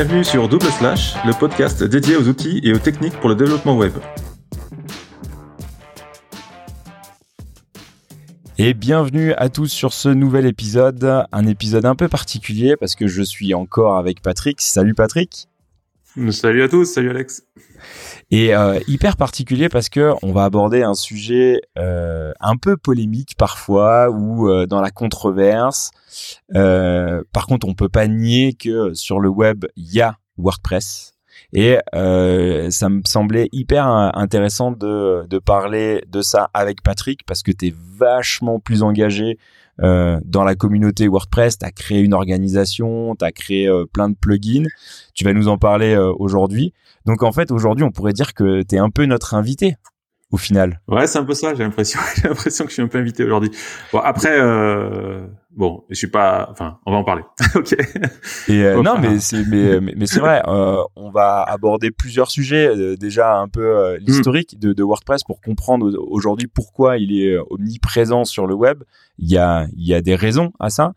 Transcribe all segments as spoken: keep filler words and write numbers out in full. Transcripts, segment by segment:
Bienvenue sur Double Slash, le podcast dédié aux outils et aux techniques pour le développement web. Et bienvenue à tous sur ce nouvel épisode, un épisode un peu particulier parce que je suis encore avec Patrick. Salut Patrick. Salut à tous, salut Alex. Et euh, hyper particulier parce que on va aborder un sujet euh, un peu polémique parfois ou euh, dans la controverse. Euh, par contre, on peut pas nier que sur le web il y a WordPress et euh, ça me semblait hyper intéressant de de parler de ça avec Patrick parce que t'es vachement plus engagé Euh, dans la communauté WordPress, tu as créé une organisation, tu as créé euh, plein de plugins. Tu vas nous en parler euh, aujourd'hui. Donc en fait, aujourd'hui, on pourrait dire que tu es un peu notre invité au final. Ouais, c'est un peu ça, j'ai l'impression j'ai l'impression que je suis un peu invité aujourd'hui. Bon, après euh, bon, je suis pas enfin, on va en parler. OK. Et euh, non, mais c'est mais mais, mais c'est vrai, euh, on va aborder plusieurs sujets, euh, déjà un peu euh, l'historique de, de WordPress pour comprendre aujourd'hui pourquoi il est omniprésent sur le web. Il y a il y a des raisons à ça.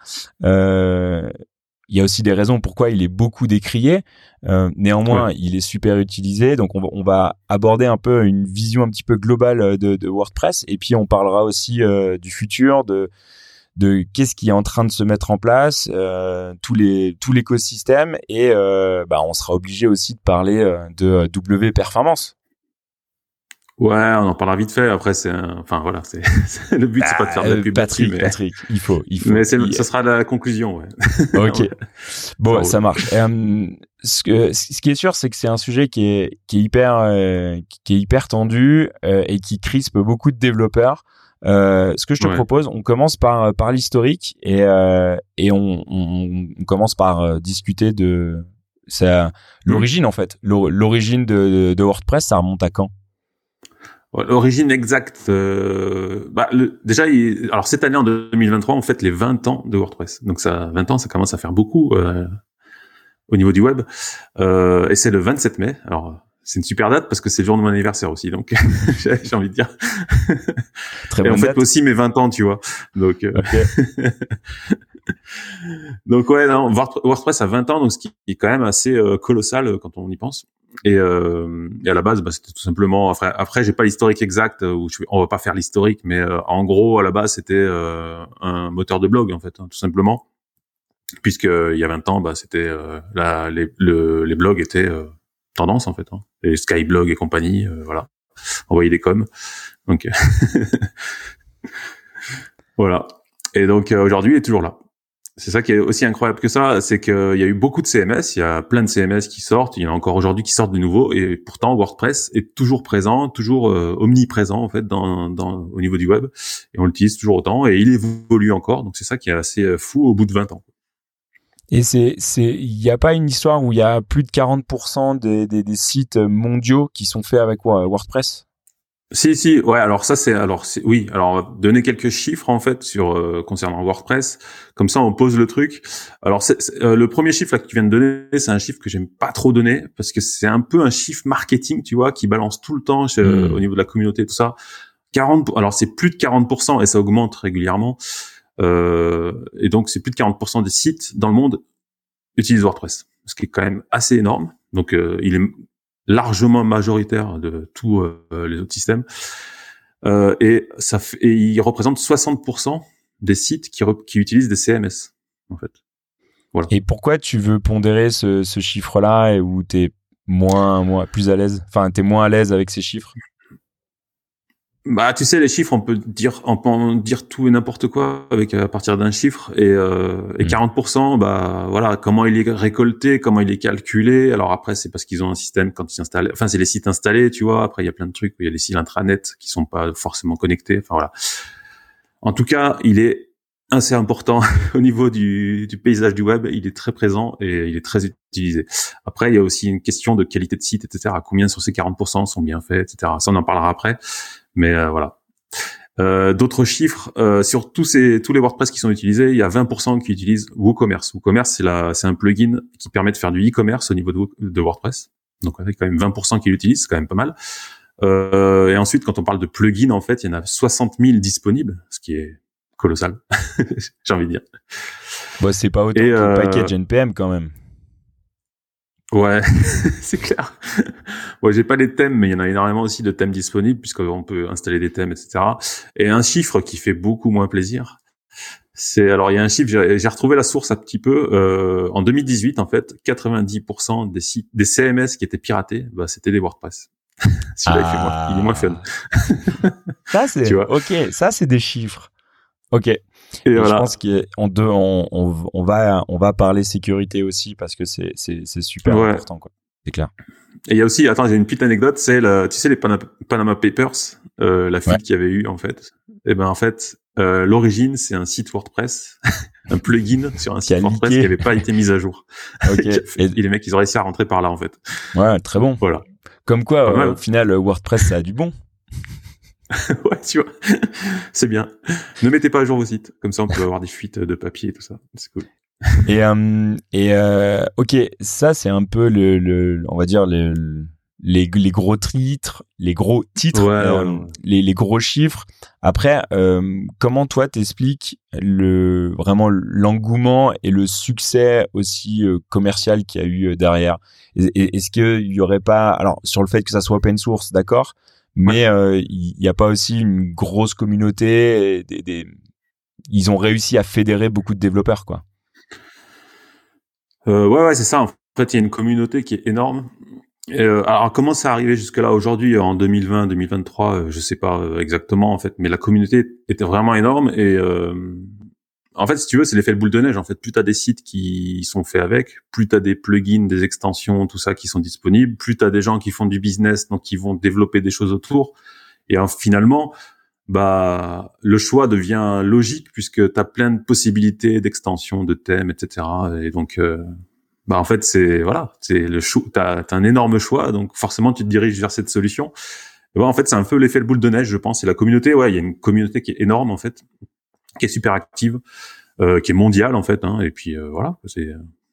Euh Il y a aussi des raisons pourquoi il est beaucoup décrié. Euh, néanmoins, ouais. Il est super utilisé. Donc, on va, on va aborder un peu une vision un petit peu globale de, de WordPress. Et puis, on parlera aussi euh, du futur, de, de qu'est-ce qui est en train de se mettre en place, euh, tous les, tout l'écosystème. Et euh, bah, on sera obligé aussi de parler euh, de W Performance. Ouais, on en parlera vite fait. Après, c'est un... enfin voilà, c'est, c'est... le but, bah, c'est pas de faire de la pub. Patrick, mais... Patrick, il faut, il faut. Mais c'est, il... ça sera la conclusion, ouais. Ok. Ouais. Bon, ça, ça marche. Euh, ce que, ce qui est sûr, c'est que c'est un sujet qui est, qui est hyper, euh, qui est hyper tendu euh, et qui crispe beaucoup de développeurs. Euh, ce que je te ouais. propose, on commence par par l'historique et euh, et on, on, on commence par euh, discuter de ça, l'origine mmh. en fait, l'origine de, de WordPress, ça remonte à quand? L'origine exacte, euh, bah, le, déjà, il, alors cette année en deux mille vingt-trois, on fête les vingt ans de WordPress. Donc ça, vingt ans, ça commence à faire beaucoup euh, au niveau du web. Euh, et c'est le vingt-sept mai. Alors c'est une super date parce que c'est le jour de mon anniversaire aussi. Donc j'ai, j'ai envie de dire. Très et bonne on fête date. aussi mes vingt ans, tu vois. Donc. Euh... Okay. donc ouais, non, WordPress a vingt ans, donc ce qui est quand même assez euh, colossal quand on y pense. Et, euh, et à la base, bah, c'était tout simplement. Après, après, j'ai pas l'historique exact. Où je, on va pas faire l'historique, mais euh, en gros, à la base, c'était euh, un moteur de blog en fait, hein, tout simplement. Puisque il y a vingt ans, bah, c'était euh, la, les, le, les blogs étaient euh, tendance en fait, hein. Les Skyblog et compagnie, euh, voilà, envoyer des coms. Donc voilà. Et donc euh, aujourd'hui, il est toujours là. C'est ça qui est aussi incroyable que ça, c'est qu'il y a eu beaucoup de C M S, il y a plein de C M S qui sortent, il y en a encore aujourd'hui qui sortent de nouveau, et pourtant WordPress est toujours présent, toujours euh, omniprésent en fait dans, dans au niveau du web, et on l'utilise toujours autant, et il évolue encore, donc c'est ça qui est assez fou au bout de vingt ans. Et c'est c'est il y a pas une histoire où il y a plus de quarante pour cent des, des des sites mondiaux qui sont faits avec WordPress? Si si ouais alors ça c'est alors c'est oui alors on va donner quelques chiffres en fait sur euh, concernant WordPress, comme ça on pose le truc. Alors c'est, c'est, euh, le premier chiffre là que tu viens de donner, c'est un chiffre que j'aime pas trop donner parce que c'est un peu un chiffre marketing, tu vois, qui balance tout le temps chez, mmh. au niveau de la communauté tout ça. quarante alors c'est plus de quarante pour cent et ça augmente régulièrement. Euh, et donc c'est plus de quarante pour cent des sites dans le monde utilisent WordPress, ce qui est quand même assez énorme. Donc euh, il est largement majoritaire de tous euh, les autres systèmes, euh, et ça fait, et il représente soixante pour cent des sites qui, re, qui utilisent des C M S en fait. Voilà. Et pourquoi tu veux pondérer ce, ce chiffre-là et où t'es moins, moins plus à l'aise, enfin t'es moins à l'aise avec ces chiffres? Bah, tu sais, les chiffres, on peut dire, on peut en dire tout et n'importe quoi avec à partir d'un chiffre, et, euh, et mmh. quarante pour cent, bah voilà, comment il est récolté, comment il est calculé. Alors après, c'est parce qu'ils ont un système quand ils installent, enfin c'est les sites installés, tu vois. Après, il y a plein de trucs où il y a les sites intranet qui sont pas forcément connectés. Enfin voilà. En tout cas, il est assez important au niveau du, du paysage du web. Il est très présent et il est très utilisé. Après, il y a aussi une question de qualité de site, et cetera. Combien sur ces quarante pour cent sont bien faits, et cetera. Ça, on en parlera après. Mais euh, voilà. Euh, d'autres chiffres euh, sur tous ces tous les WordPress qui sont utilisés, il y a vingt pour cent qui utilisent WooCommerce. WooCommerce, c'est la c'est un plugin qui permet de faire du e-commerce au niveau de, de WordPress. Donc avec quand même vingt pour cent qui l'utilisent, c'est quand même pas mal. Euh, et ensuite, quand on parle de plugins, en fait, il y en a soixante mille disponibles, ce qui est colossal, j'ai envie de dire. Bah, c'est pas autant et que le euh... package N P M quand même. Ouais, c'est clair. Bon, j'ai pas les thèmes, mais il y en a énormément aussi de thèmes disponibles puisqu'on peut installer des thèmes, et cetera. Et un chiffre qui fait beaucoup moins plaisir, c'est alors il y a un chiffre, j'ai, j'ai retrouvé la source un petit peu. Euh, en deux mille dix-huit, en fait, quatre-vingt-dix pour cent des sites, des C M S qui étaient piratés, bah c'était des WordPress. Celui-là, ah. il, fait moins, il est moins fun. Ça c'est, tu vois. Ok, ça c'est des chiffres. Ok. Et, et voilà. Je pense qu'on on, on, on va on va parler sécurité aussi parce que c'est c'est c'est super ouais. important quoi. C'est clair. Et il y a aussi, attends, j'ai une petite anecdote, c'est le, tu sais les Panama, Panama Papers, euh, la fuite ouais. qu'il y avait eu en fait. Et ben en fait, euh, l'origine c'est un site WordPress, un plugin sur un site WordPress qui n'avait pas été mis à jour. Ok. Et les mecs ils ont réussi à rentrer par là en fait. Ouais, très bon. Voilà. Comme quoi, euh, au final, WordPress ça a du bon. Ouais, tu vois, c'est bien. Ne mettez pas à jour vos sites, comme ça on peut avoir des fuites de papier et tout ça. C'est cool. Et euh, et euh, ok, ça c'est un peu le, le on va dire le, les les gros titres, les gros titres, ouais, euh, ouais, ouais. les les gros chiffres. Après, euh, comment toi t'expliques le vraiment l'engouement et le succès aussi euh, commercial qu'il y a eu derrière? Est-ce qu'il y aurait pas, alors sur le fait que ça soit open source, d'accord? Mais il ouais. euh, y a pas aussi une grosse communauté et des, des... ils ont réussi à fédérer beaucoup de développeurs quoi. Euh, ouais ouais c'est ça. En fait il y a une communauté qui est énorme. Et euh, alors comment ça arrivé jusque là aujourd'hui en deux mille vingt deux mille vingt-trois euh, je sais pas euh, exactement en fait, mais la communauté était vraiment énorme et euh, en fait si tu veux c'est l'effet boule de neige en fait. Plus t'as des sites qui sont faits avec, plus t'as des plugins, des extensions, tout ça qui sont disponibles, plus t'as des gens qui font du business donc qui vont développer des choses autour et euh, finalement bah le choix devient logique puisque t'as plein de possibilités d'extensions, de thèmes, et cetera. Et donc euh, bah en fait c'est voilà c'est le choix, t'as, t'as un énorme choix donc forcément tu te diriges vers cette solution. Et ouais, en fait c'est un peu l'effet boule de neige je pense. Et la communauté ouais il y a une communauté qui est énorme en fait, qui est super active, euh, qui est mondiale en fait hein, et puis euh, voilà c'est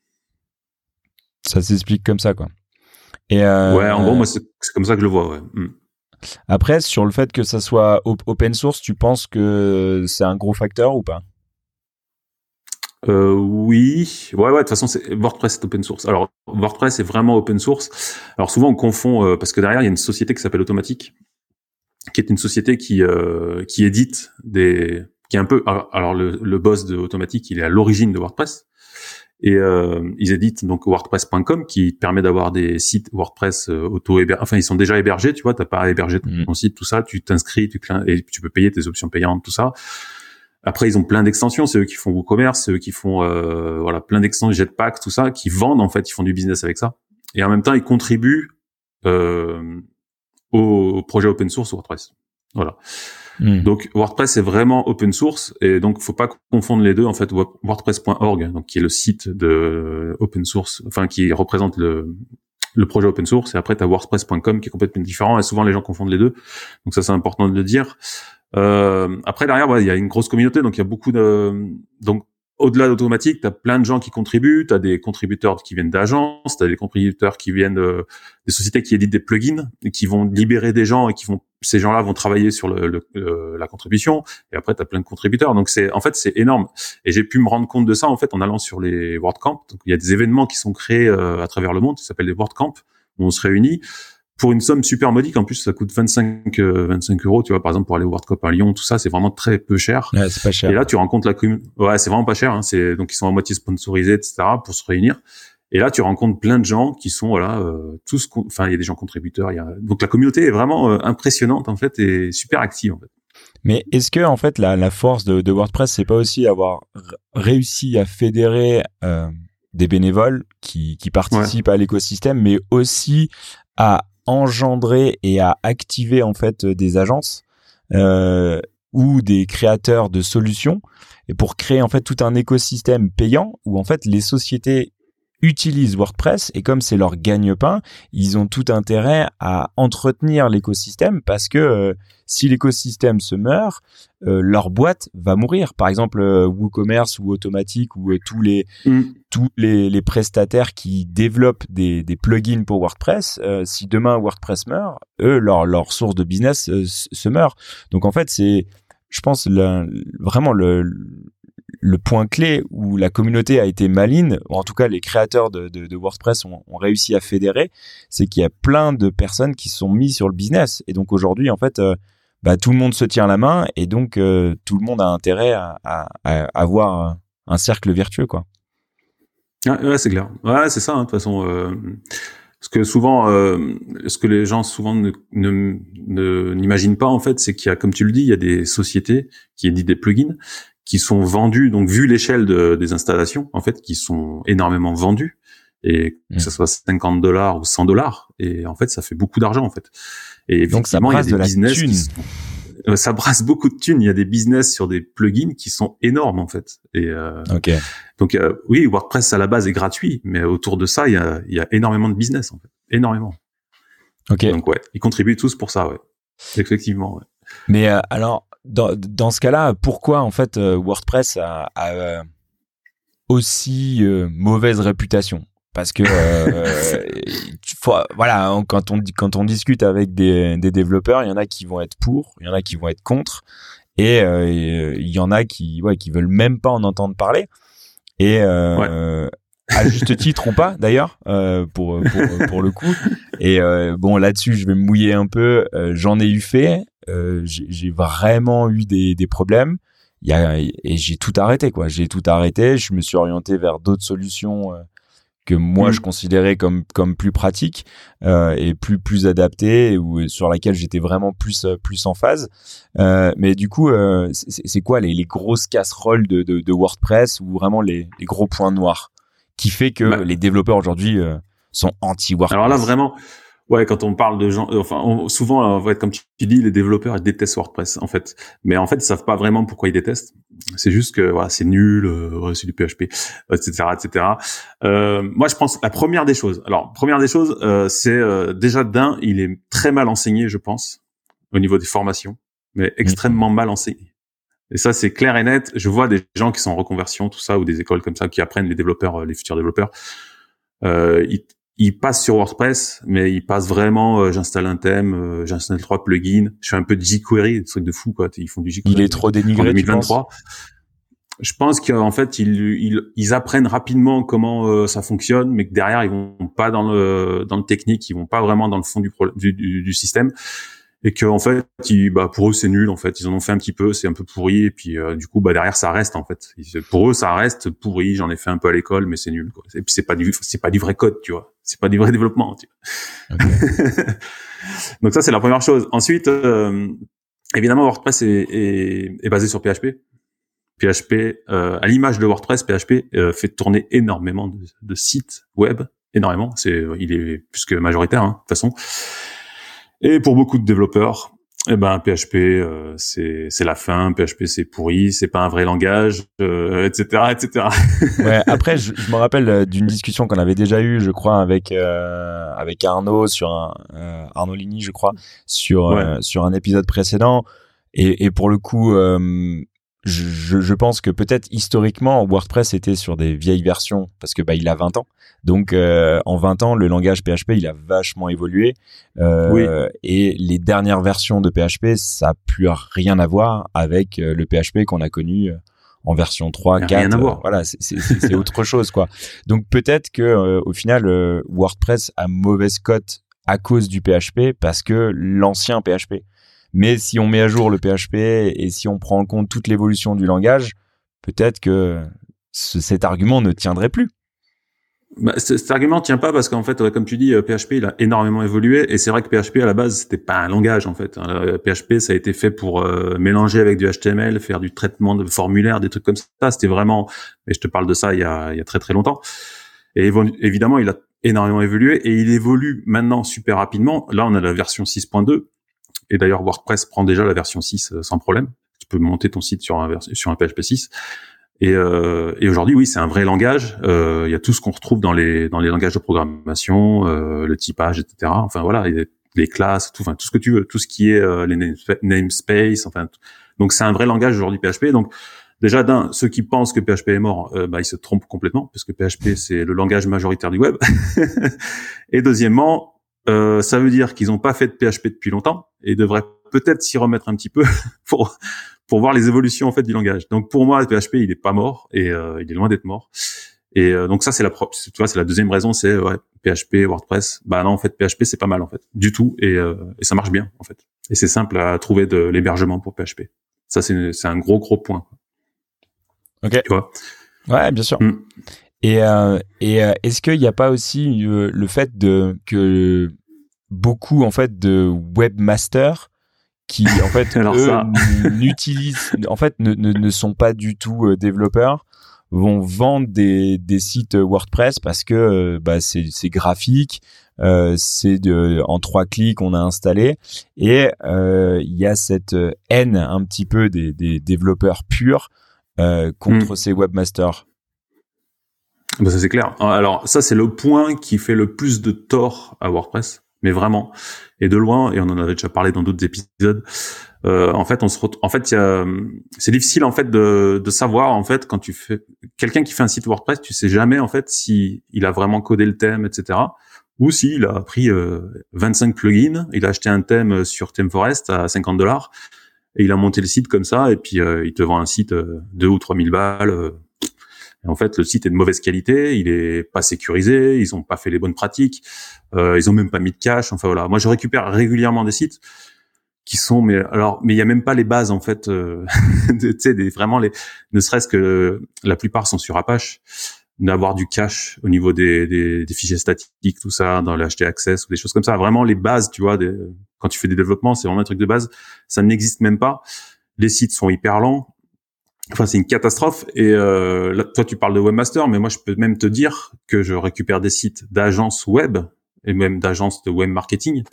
ça s'explique comme ça quoi. Et euh, ouais en gros moi c'est, c'est comme ça que je le vois ouais. Mm. Après sur le fait que ça soit op- open source, tu penses que c'est un gros facteur ou pas? Euh, oui, ouais, ouais. De toute façon, c'est, WordPress est open source. Alors, WordPress est vraiment open source. Alors souvent, on confond euh, parce que derrière, il y a une société qui s'appelle Automatic, qui est une société qui euh, qui édite des, qui est un peu. Alors le, le boss de Automatic, il est à l'origine de WordPress et euh, ils éditent donc WordPress point com qui permet d'avoir des sites WordPress euh, auto-hébergés. Enfin, ils sont déjà hébergés. Tu vois, t'as pas à héberger ton mmh. site, tout ça. Tu t'inscris, tu clins et tu peux payer tes options payantes, tout ça. Après, ils ont plein d'extensions. C'est eux qui font WooCommerce, c'est eux qui font euh, voilà plein d'extensions, Jetpack, tout ça, qui vendent en fait. Ils font du business avec ça. Et en même temps, ils contribuent euh, au, au projet open source WordPress. Voilà. Mmh. Donc WordPress est vraiment open source et donc faut pas confondre les deux. En fait, WordPress point org, donc qui est le site de open source, enfin qui représente le le projet open source. Et après, t'as WordPress point com qui est complètement différent. Et souvent, les gens confondent les deux. Donc ça, c'est important de le dire. Euh, après derrière, ouais, il y a une grosse communauté, donc il y a beaucoup de donc au-delà d'Automatic, t'as plein de gens qui contribuent, t'as des contributeurs qui viennent d'agences, t'as des contributeurs qui viennent de, des sociétés qui éditent des plugins et qui vont libérer des gens et qui vont ces gens-là vont travailler sur le, le, le la contribution et après t'as plein de contributeurs. Donc c'est en fait c'est énorme et j'ai pu me rendre compte de ça en fait en allant sur les WordCamp. Donc il y a des événements qui sont créés euh, à travers le monde, qui s'appellent les WordCamp où on se réunit pour une somme super modique. En plus, ça coûte vingt-cinq, euh, vingt-cinq euros, tu vois, par exemple, pour aller au World Cup à Lyon, tout ça, c'est vraiment très peu cher. Ouais, c'est pas cher. Et là, tu rencontres la communauté. Ouais, c'est vraiment pas cher, hein. C'est, donc, ils sont à moitié sponsorisés, et cetera, pour se réunir. Et là, tu rencontres plein de gens qui sont, voilà, euh, tous, enfin, il y a des gens contributeurs, il y a, donc la communauté est vraiment euh, impressionnante, en fait, et super active, en fait. Mais est-ce que, en fait, la, la force de, de WordPress, c'est pas aussi avoir r- réussi à fédérer, euh, des bénévoles qui, qui participent ouais. à l'écosystème, mais aussi à engendrer et à activer en fait des agences euh, ou des créateurs de solutions et pour créer en fait tout un écosystème payant où en fait les sociétés utilisent WordPress et comme c'est leur gagne-pain, ils ont tout intérêt à entretenir l'écosystème parce que euh, si l'écosystème se meurt, euh, leur boîte va mourir. Par exemple, euh, WooCommerce ou Automatic ou euh, tous les mm. tous les, les prestataires qui développent des, des plugins pour WordPress, euh, si demain WordPress meurt, eux leur leur source de business euh, se meurt. Donc en fait, c'est je pense le, vraiment le le point clé où la communauté a été maligne, ou en tout cas les créateurs de, de, de WordPress ont, ont réussi à fédérer, c'est qu'il y a plein de personnes qui se sont mises sur le business. Et donc aujourd'hui, en fait, euh, bah, tout le monde se tient la main et donc euh, tout le monde a intérêt à, à, à avoir un cercle vertueux, quoi. Ouais, ouais, c'est clair. Ouais, c'est ça, hein, de toute façon. Euh, ce que souvent, euh, ce que les gens souvent ne, ne, ne n'imaginent pas en fait, c'est qu'il y a, comme tu le dis, il y a des sociétés qui éditent des plugins qui sont vendus, donc vu l'échelle de, des installations, en fait, qui sont énormément vendus, et que mmh. ce soit cinquante dollars ou cent dollars, et en fait, ça fait beaucoup d'argent, en fait. Et donc ça brasse il y a des de business la thune. Qui sont, euh, ça brasse beaucoup de thunes. Il y a des business sur des plugins qui sont énormes, en fait. Et euh, okay. donc euh, oui, WordPress à la base est gratuit, mais autour de ça, il y a, il y a énormément de business, en fait, énormément. Ok. Donc ouais, ils contribuent tous pour ça, ouais. Effectivement. Ouais. Mais euh, alors. Dans, dans ce cas-là, pourquoi en fait euh, WordPress a, a euh, aussi euh, mauvaise réputation? Parce que euh, faut, voilà, quand on quand on discute avec des, des développeurs, il y en a qui vont être pour, il y en a qui vont être contre, et euh, il y en a qui ouais qui veulent même pas en entendre parler. Et euh, ouais. à juste titre ou pas d'ailleurs, euh, pour pour pour le coup. Et euh, bon là-dessus, je vais me mouiller un peu. Euh, j'en ai eu fait. Euh, j'ai, j'ai vraiment eu des, des problèmes. Il y a, et j'ai tout arrêté, quoi. J'ai tout arrêté. Je me suis orienté vers d'autres solutions euh, que moi mmh. je considérais comme comme plus pratiques euh, et plus plus adaptées, ou sur laquelle j'étais vraiment plus plus en phase. Euh, mais du coup, euh, c'est, c'est quoi les, les grosses casseroles de, de, de WordPress, ou vraiment les, les gros points noirs qui fait que bah, les développeurs aujourd'hui euh, sont anti-WordPress? Alors là, vraiment. Ouais, quand on parle de gens, enfin, on, souvent, en fait, comme tu dis, les développeurs ils détestent WordPress, en fait. Mais en fait, ils savent pas vraiment pourquoi ils détestent. C'est juste que voilà, c'est nul, euh, ouais, c'est du P H P, et cetera, et cetera. Euh, moi, je pense la première des choses. Alors, première des choses, euh, c'est euh, déjà d'un, il est très mal enseigné, je pense, au niveau des formations, mais extrêmement mmh. mal enseigné. Et ça, c'est clair et net. Je vois des gens qui sont en reconversion, tout ça, ou des écoles comme ça, qui apprennent les développeurs, les futurs développeurs. Euh, ils Ils passent sur WordPress, mais ils passent vraiment, euh, j'installe un thème, euh, j'installe trois plugins, je fais un peu de jQuery, des trucs de fou, quoi. Ils font du jQuery. Il est trop dénigré, en deux mille vingt-trois. Je pense qu'en fait, ils, ils, ils apprennent rapidement comment euh, ça fonctionne, mais que derrière, ils vont pas dans le dans le technique, ils vont pas vraiment dans le fond du problème, du, du, du système. Et que en fait, ils, bah pour eux c'est nul en fait. Ils en ont fait un petit peu, c'est un peu pourri, et puis euh, du coup bah derrière ça reste en fait. Pour eux ça reste pourri. J'en ai fait un peu à l'école, mais c'est nul quoi. Et puis c'est pas du c'est pas du vrai code, tu vois. C'est pas du vrai développement. Tu vois. Okay. Donc ça c'est la première chose. Ensuite, euh, évidemment WordPress est, est, est basé sur P H P. P H P, euh, à l'image de WordPress, P H P euh, fait tourner énormément de, de sites web, énormément. C'est il est plus que majoritaire hein, de toute façon. Et pour beaucoup de développeurs, eh ben P H P euh, c'est c'est la fin, P H P c'est pourri, c'est pas un vrai langage, euh, et cetera, et cetera. Ouais. Après, je, je me rappelle d'une discussion qu'on avait déjà eue, je crois, avec euh, avec Arnaud sur un euh, Arnaud Ligny, je crois, sur ouais. euh, sur un épisode précédent. Et, et pour le coup, euh, je, je pense que peut-être historiquement WordPress était sur des vieilles versions parce que bah il a vingt ans. Donc euh, en vingt ans, le langage P H P il a vachement évolué euh, oui. et les dernières versions de P H P ça a plus rien à voir avec euh, le P H P qu'on a connu en version trois, quatre. Rien à voir. Euh, voilà, c'est, c'est, c'est, c'est autre chose quoi. Donc peut-être que euh, au final euh, WordPress a mauvaise cote à cause du P H P parce que l'ancien P H P. Mais si on met à jour le P H P et si on prend en compte toute l'évolution du langage, peut-être que ce, cet argument ne tiendrait plus. Bah, c- cet argument tient pas parce qu'en fait, ouais, comme tu dis, P H P il a énormément évolué et c'est vrai que P H P à la base c'était pas un langage en fait. Euh, P H P ça a été fait pour euh, mélanger avec du H T M L, faire du traitement de formulaire, des trucs comme ça. C'était vraiment, mais je te parle de ça il y a, il y a très très longtemps. Et évolu- évidemment, il a énormément évolué et il évolue maintenant super rapidement. Là, on a la version six point deux. Et d'ailleurs, WordPress prend déjà la version six euh, sans problème. Tu peux monter ton site sur un, vers- sur un P H P six. Et, euh, et aujourd'hui, oui, c'est un vrai langage. Euh, il y a tout ce qu'on retrouve dans les dans les langages de programmation, euh, le typage, et cetera. Enfin voilà, il y a les classes, tout, enfin tout ce que tu veux, tout ce qui est euh, les namespa- namespace. Enfin, tout. Donc c'est un vrai langage aujourd'hui P H P. Donc déjà d'un, ceux qui pensent que P H P est mort, euh, bah ils se trompent complètement parce que P H P c'est le langage majoritaire du web. Et deuxièmement, euh, ça veut dire qu'ils n'ont pas fait de P H P depuis longtemps et devraient peut-être s'y remettre un petit peu pour pour voir les évolutions en fait du langage. Donc pour moi, P H P, il est pas mort et euh, il est loin d'être mort. Et euh, donc ça, c'est la pro- tu vois, c'est la deuxième raison, c'est ouais, P H P, WordPress. Bah non, en fait, P H P, c'est pas mal en fait, du tout, et, euh, et ça marche bien en fait. Et c'est simple à trouver de l'hébergement pour P H P. Ça, c'est c'est un gros gros point. Ok. Tu vois. Ouais, bien sûr. Mm. Et euh, et euh, est-ce qu'il n'y a pas aussi euh, le fait de que beaucoup en fait de webmasters qui en fait Alors eux ça... n'utilisent en fait ne, ne ne sont pas du tout euh, développeurs, vont vendre des des sites WordPress parce que euh, bah c'est c'est graphique, euh, c'est de en trois clics on a installé, et euh, il y a cette haine un petit peu des des développeurs purs euh, contre mm. ces webmasters. Bah ça c'est clair. Alors ça c'est le point qui fait le plus de tort à WordPress, mais vraiment. Et de loin, et on en avait déjà parlé dans d'autres épisodes. Euh, en fait, on se ret... en fait, il y a... c'est difficile en fait de, de savoir en fait quand tu fais quelqu'un qui fait un site WordPress, tu sais jamais en fait si il a vraiment codé le thème, et cetera. Ou si il a pris euh, vingt-cinq plugins, il a acheté un thème sur ThemeForest à cinquante dollars et il a monté le site comme ça, et puis euh, il te vend un site euh, deux ou trois mille balles. Euh, Et en fait, le site est de mauvaise qualité, il est pas sécurisé, ils ont pas fait les bonnes pratiques, euh, ils ont même pas mis de cache. Enfin voilà, moi je récupère régulièrement des sites qui sont, mais alors, mais il y a même pas les bases en fait, euh, tu sais, des vraiment les, ne serait-ce que la plupart sont sur Apache, d'avoir du cache au niveau des, des, des fichiers statiques, tout ça, dans le H T Access ou des choses comme ça. Vraiment les bases, tu vois, des, quand tu fais des développements, c'est vraiment un truc de base. Ça n'existe même pas. Les sites sont hyper lents. Enfin, c'est une catastrophe. Et euh, là, toi, tu parles de webmaster, mais moi, je peux même te dire que je récupère des sites d'agences web et même d'agences de web marketing.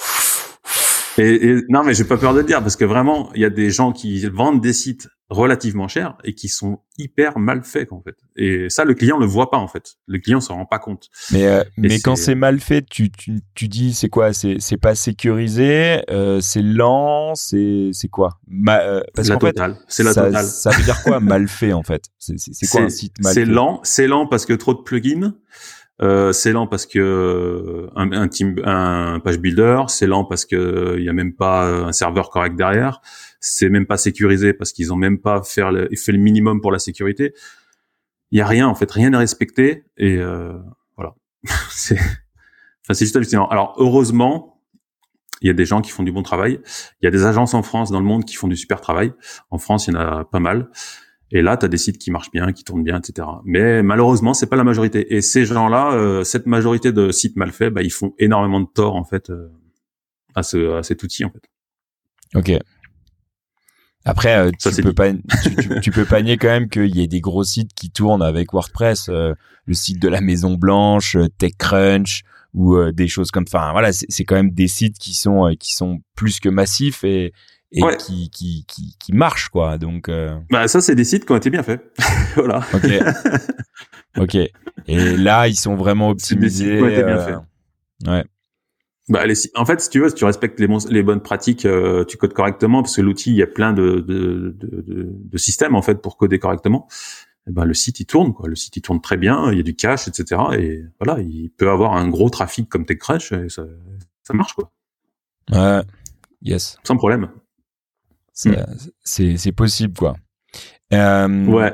Et, et non, mais j'ai pas peur de le dire parce que vraiment, il y a des gens qui vendent des sites relativement chers et qui sont hyper mal faits en fait. Et ça, le client le voit pas en fait. Le client s'en rend pas compte. Mais euh, mais c'est... quand c'est mal fait, tu tu tu dis c'est quoi? C'est c'est pas sécurisé, euh, c'est lent, c'est c'est quoi? Ma, euh, parce la qu'en fait, totale. C'est la ça totale. ça veut dire quoi mal fait en fait? C'est c'est, c'est quoi un site mal c'est fait? lent, c'est lent parce que trop de plugins. Euh, c'est lent parce que euh, un, un team, un page builder, c'est lent parce que il y a même pas un serveur correct derrière. C'est même pas sécurisé parce qu'ils ont même pas fait le, fait le minimum pour la sécurité. Il y a rien en fait, rien n'est respecté et euh, voilà. c'est, enfin c'est juste hallucinant. Alors heureusement, il y a des gens qui font du bon travail. Il y a des agences en France, dans le monde, qui font du super travail. En France, il y en a pas mal. Et là, tu as des sites qui marchent bien, qui tournent bien, et cetera. Mais malheureusement, c'est pas la majorité. Et ces gens-là, euh, cette majorité de sites mal faits, bah, ils font énormément de tort en fait euh, à, ce, à cet outil en fait. Ok. Après, euh, Ça, tu c'est peux dit. pas, tu, tu, tu peux pas nier quand même qu'il y ait des gros sites qui tournent avec WordPress, euh, le site de la Maison Blanche, euh, TechCrunch ou euh, des choses comme. Enfin, voilà, c'est, c'est quand même des sites qui sont euh, qui sont plus que massifs et et Ouais. qui qui qui qui marchent quoi. Donc. Euh... Bah ça, c'est des sites qui ont été bien faits. Voilà. Ok. Ok. Et là, ils sont vraiment optimisés. C'est des sites qui ont été bien euh... faits. Ouais. Bah, les, en fait, si tu veux, si tu respectes les, bons, les bonnes pratiques, euh, tu codes correctement, parce que l'outil, il y a plein de, de, de, de, de systèmes en fait pour coder correctement. Et ben le site il tourne, quoi. Le site il tourne très bien, il y a du cache, et cetera. Et voilà, il peut avoir un gros trafic comme TechCrunch, et ça, ça marche quoi. Ouais. Yes. Sans problème. Ça, mm. C'est c'est possible quoi. Euh, ouais.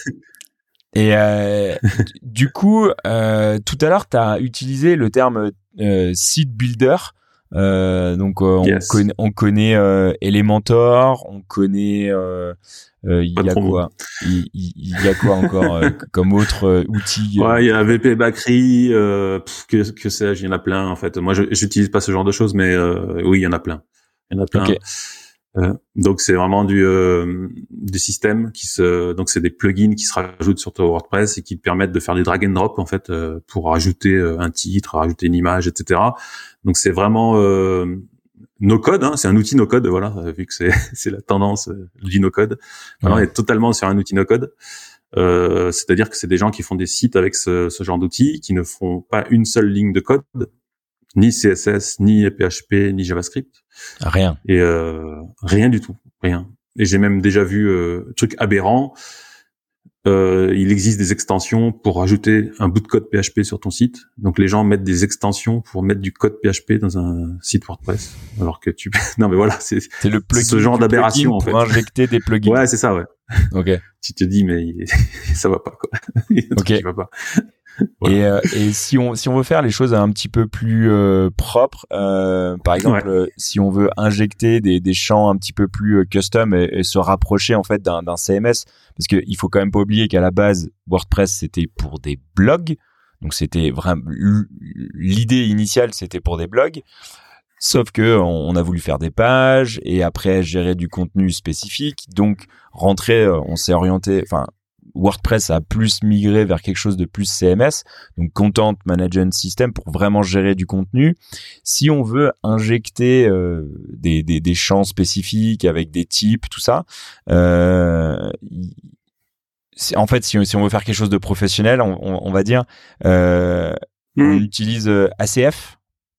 Et euh, du coup, euh, tout à l'heure, tu as utilisé le terme euh, site builder. Euh, donc, euh, yes. on connaît, on connaît euh, Elementor, on connaît. Euh, euh, il y a quoi il, il, il y a quoi encore euh, comme autre euh, outil Ouais, il y a V P Bakery, euh, pff, que que sais-je, il y en a plein en fait. Moi, je j'utilise pas ce genre de choses, mais euh, oui, il y en a plein. Il y en a plein. Okay. Euh, donc c'est vraiment du euh, du système qui se donc c'est des plugins qui se rajoutent sur ton WordPress et qui te permettent de faire des drag and drop en fait euh, pour rajouter euh, un titre, rajouter une image, et cetera. Donc c'est vraiment euh, no code, hein, c'est un outil no code, voilà, vu que c'est c'est la tendance euh, du no code. Maintenant, ouais. On est totalement sur un outil no code. Euh, c'est-à-dire que c'est des gens qui font des sites avec ce, ce genre d'outils, qui ne font pas une seule ligne de code, ni C S S, ni P H P, ni JavaScript. Rien. Et euh, rien du tout, rien. Et j'ai même déjà vu euh, truc aberrant. euh, il existe des extensions pour rajouter un bout de code P H P sur ton site. Donc les gens mettent des extensions pour mettre du code P H P dans un site WordPress, alors que tu non mais voilà, c'est c'est le plugin, ce genre d'aberration en fait. Pour injecter des plugins. Ouais, c'est ça, ouais. Ok. Tu te dis mais ça va pas quoi. Ok. Ça va pas. Voilà. Et, euh, et si on si on veut faire les choses un petit peu plus euh, propres, euh, par exemple, ouais. euh, si on veut injecter des des champs un petit peu plus euh, custom et, et se rapprocher en fait d'un d'un C M S, parce que il faut quand même pas oublier qu'à la base WordPress c'était pour des blogs, donc c'était vraiment l'idée initiale c'était pour des blogs. Sauf que on a voulu faire des pages et après gérer du contenu spécifique, donc rentrer, on s'est orienté, enfin WordPress a plus migré vers quelque chose de plus C M S, donc Content Management System pour vraiment gérer du contenu. Si on veut injecter euh, des, des, des champs spécifiques avec des types, tout ça, euh, c'est, en fait, si on, si on veut faire quelque chose de professionnel, on, on, on va dire, euh, mmh. on utilise A C F.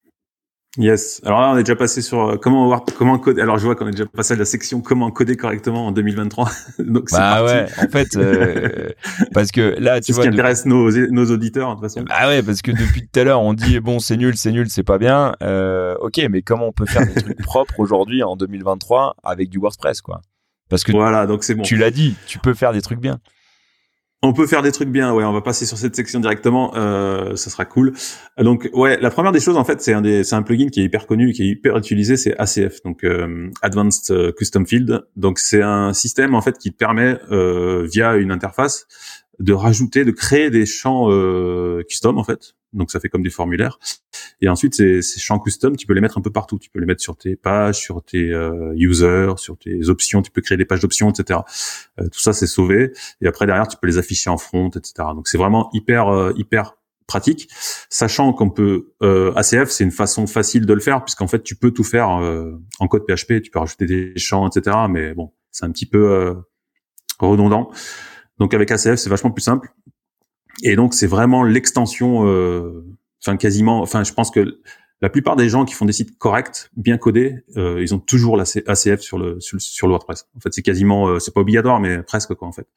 Yes. Alors là, on est déjà passé sur euh, comment voir, comment coder. Alors je vois qu'on est déjà passé à la section comment coder correctement en deux mille vingt-trois. Donc c'est bah parti. Ouais. En fait, euh, parce que là, tu c'est vois, ce qui intéresse de... nos nos auditeurs de toute façon. Ah ouais, parce que depuis tout à l'heure, on dit bon, c'est nul, c'est nul, c'est pas bien. Euh, ok, mais comment on peut faire des trucs propres aujourd'hui en deux mille vingt-trois avec du WordPress, quoi? Parce que voilà, donc c'est bon. Tu l'as dit, tu peux faire des trucs bien. On peut faire des trucs bien, ouais. On va passer sur cette section directement, euh, ça sera cool. Donc, ouais, la première des choses en fait, c'est un des, c'est un plugin qui est hyper connu, qui est hyper utilisé, c'est A C F, donc euh, Advanced Custom Field. Donc, c'est un système en fait qui te permet euh, via une interface de rajouter, de créer des champs euh, custom en fait. Donc, ça fait comme des formulaires. Et ensuite, ces, ces champs custom, tu peux les mettre un peu partout. Tu peux les mettre sur tes pages, sur tes euh, users, sur tes options. Tu peux créer des pages d'options, et cetera. Euh, tout ça, c'est sauvé. Et après, derrière, tu peux les afficher en front, et cetera. Donc, c'est vraiment hyper, euh, hyper pratique. Sachant qu'on peut euh, A C F, c'est une façon facile de le faire, puisqu'en fait, tu peux tout faire euh, en code P H P. Tu peux rajouter des champs, et cetera. Mais bon, c'est un petit peu euh, redondant. Donc, avec A C F, c'est vachement plus simple. Et donc, c'est vraiment l'extension. Euh, Enfin, quasiment. Enfin, je pense que la plupart des gens qui font des sites corrects, bien codés, euh, ils ont toujours la A C F sur le sur, sur le WordPress. En fait, c'est quasiment, euh, c'est pas obligatoire, mais presque quoi en fait.